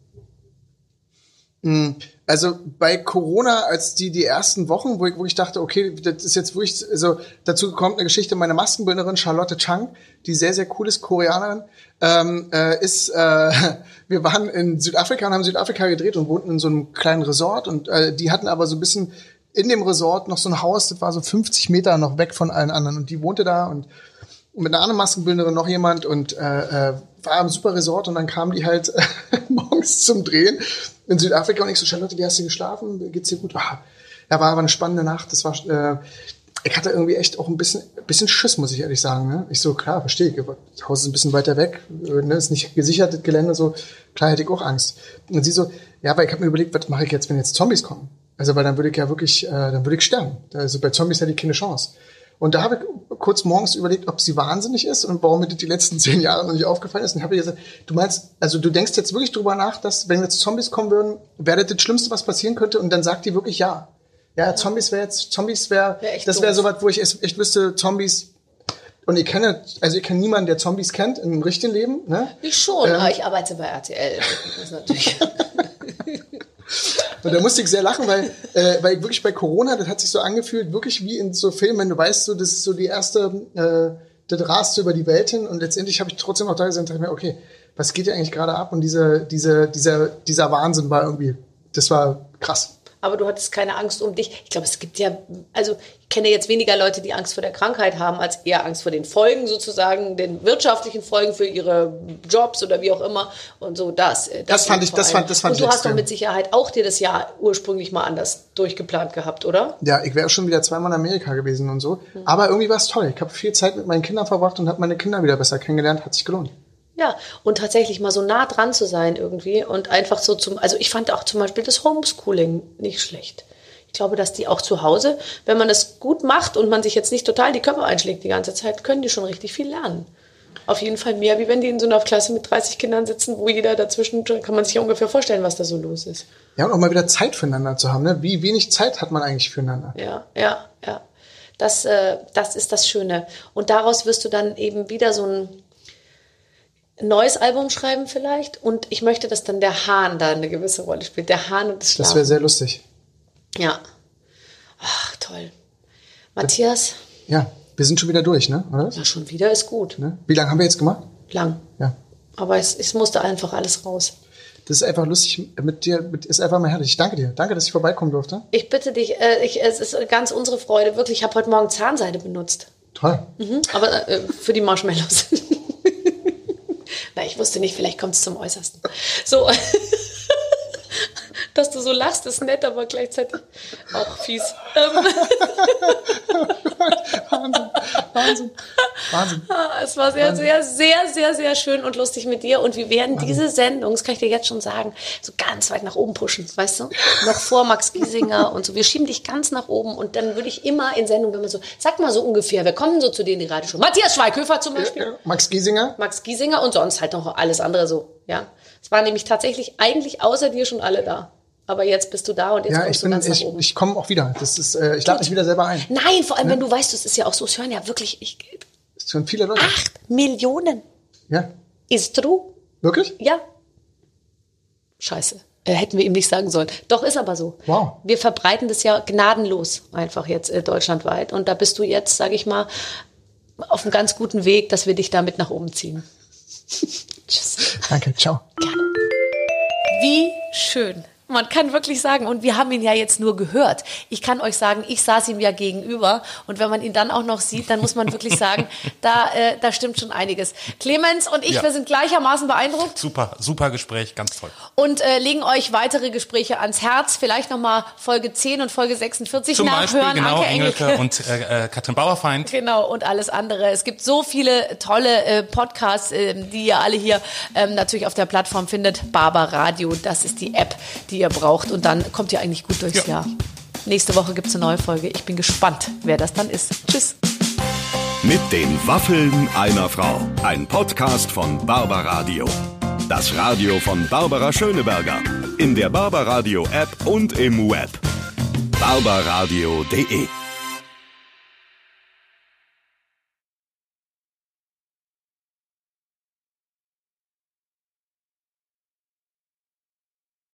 Also bei Corona, als die ersten Wochen, wo ich dachte, okay, das ist jetzt wirklich, also dazu kommt eine Geschichte, meine Maskenbildnerin Charlotte Chang, die sehr, sehr cool ist, Koreanerin, wir waren in Südafrika und haben Südafrika gedreht und wohnten in so einem kleinen Resort und die hatten aber so ein bisschen in dem Resort noch so ein Haus, das war so 50 Meter noch weg von allen anderen und die wohnte da und mit einer anderen Maskenbildnerin noch jemand und war im super Resort und dann kamen die halt morgens zum Drehen in Südafrika und ich so, Charlotte, wie hast du geschlafen? Geht's dir gut? Ja, war aber eine spannende Nacht. Das war, ich hatte irgendwie echt auch ein bisschen Schiss, muss ich ehrlich sagen. Ne? Ich so, klar, verstehe ich. Das Haus ist ein bisschen weiter weg, ne? Ist nicht gesichert, das Gelände, so. Klar hätte ich auch Angst. Und sie so, ja, weil ich habe mir überlegt, was mache ich jetzt, wenn jetzt Zombies kommen? Also, weil dann würde ich ja wirklich, dann würde ich sterben. Also bei Zombies hätte ich keine Chance. Und da habe ich kurz morgens überlegt, ob sie wahnsinnig ist und warum mir das die letzten 10 Jahre noch nicht aufgefallen ist. Und habe ihr gesagt, du meinst, also du denkst jetzt wirklich drüber nach, dass wenn jetzt Zombies kommen würden, wäre das Schlimmste, was passieren könnte? Und dann sagt die wirklich ja. Ja, Zombies wäre, das wäre sowas, wo ich echt wüsste, Zombies. Und ich kenne niemanden, der Zombies kennt im richtigen Leben. Ne? Ich schon, aber ich arbeite bei RTL. Das ist natürlich... Und da musste ich sehr lachen, weil ich wirklich bei Corona, das hat sich so angefühlt, wirklich wie in so Filmen, wenn du weißt, so, das ist so die erste, das rast so über die Welt hin und letztendlich habe ich trotzdem noch da gesessen und dachte mir, okay, was geht hier eigentlich gerade ab? Und dieser Wahnsinn war irgendwie, das war krass. Aber du hattest keine Angst um dich. Ich glaube, es gibt ja, also ich kenne jetzt weniger Leute, die Angst vor der Krankheit haben, als eher Angst vor den Folgen sozusagen, den wirtschaftlichen Folgen für ihre Jobs oder wie auch immer. Und so das fand ich. Und du hast doch mit Sicherheit auch dir das Jahr ursprünglich mal anders durchgeplant gehabt, oder? Ja, ich wäre schon wieder 2-mal in Amerika gewesen und so. Aber irgendwie war es toll. Ich habe viel Zeit mit meinen Kindern verbracht und habe meine Kinder wieder besser kennengelernt. Hat sich gelohnt. Ja, und tatsächlich mal so nah dran zu sein irgendwie und einfach so also ich fand auch zum Beispiel das Homeschooling nicht schlecht. Ich glaube, dass die auch zu Hause, wenn man das gut macht und man sich jetzt nicht total die Köpfe einschlägt die ganze Zeit, können die schon richtig viel lernen. Auf jeden Fall mehr, wie wenn die in so einer Klasse mit 30 Kindern sitzen, wo jeder dazwischen, kann man sich ja ungefähr vorstellen, was da so los ist. Ja, und auch mal wieder Zeit füreinander zu haben, ne? Wie wenig Zeit hat man eigentlich füreinander? Ja. Das ist das Schöne. Und daraus wirst du dann eben wieder so ein neues Album schreiben vielleicht und ich möchte, dass dann der Hahn da eine gewisse Rolle spielt. Der Hahn und das Schlafen. Das wäre sehr lustig. Ja. Ach, toll. Matthias? Ja, wir sind schon wieder durch, ne? Oder? Ja, schon wieder ist gut. Ne? Wie lange haben wir jetzt gemacht? Lang. Ja. Aber es musste einfach alles raus. Das ist einfach lustig mit dir, ist einfach mal herrlich. Ich danke dir. Danke, dass ich vorbeikommen durfte. Ich bitte dich, es ist ganz unsere Freude, wirklich. Ich habe heute Morgen Zahnseide benutzt. Toll. Aber für die Marshmallows. Na, ich wusste nicht, vielleicht kommt es zum Äußersten. So, dass du so lachst, ist nett, aber gleichzeitig auch fies. Wahnsinn. Es war sehr, sehr, sehr, sehr, sehr schön und lustig mit dir. Und wir werden diese Sendung, das kann ich dir jetzt schon sagen, so ganz weit nach oben pushen, weißt du? Noch vor Max Giesinger und so. Wir schieben dich ganz nach oben und dann würde ich immer in Sendungen, wenn man so, sag mal so ungefähr, wer kommen so zu denen in die Radioshow? Matthias Schweighöfer zum Beispiel. Ja. Max Giesinger und sonst halt noch alles andere so, ja. Es waren nämlich tatsächlich eigentlich außer dir schon alle da. Aber jetzt bist du da und jetzt kommst du ganz nach oben. Ich komme auch wieder. Das ist, ich lade mich wieder selber ein. Nein, vor allem, wenn du weißt, das ist ja auch so, es hören ja wirklich, es hören viele Leute. 8 Millionen. Ja. Ist true? Wirklich? Ja. Scheiße. Hätten wir ihm nicht sagen sollen. Doch, ist aber so. Wow. Wir verbreiten das ja gnadenlos einfach jetzt deutschlandweit. Und da bist du jetzt, sage ich mal, auf einem ganz guten Weg, dass wir dich damit nach oben ziehen. Tschüss. Danke, ciao. Gerne. Wie schön Man kann wirklich sagen, und wir haben ihn ja jetzt nur gehört. Ich kann euch sagen, ich saß ihm ja gegenüber und wenn man ihn dann auch noch sieht, dann muss man wirklich sagen, da stimmt schon einiges. Clemens und ich, wir sind gleichermaßen beeindruckt. Super Gespräch, ganz toll. Und legen euch weitere Gespräche ans Herz. Vielleicht nochmal Folge 10 und Folge 46 zum nachhören. Beispiel, genau, Anke Engelke und Katrin Bauerfeind. Genau, und alles andere. Es gibt so viele tolle Podcasts, die ihr alle hier natürlich auf der Plattform findet. Barbaradio, das ist die App, die ihr braucht. Und dann kommt ihr eigentlich gut durchs Jahr. Nächste Woche gibt es eine neue Folge. Ich bin gespannt, wer das dann ist. Tschüss. Mit den Waffeln einer Frau. Ein Podcast von Barbaradio. Das Radio von Barbara Schöneberger. In der Barbaradio App und im Web. barbaradio.de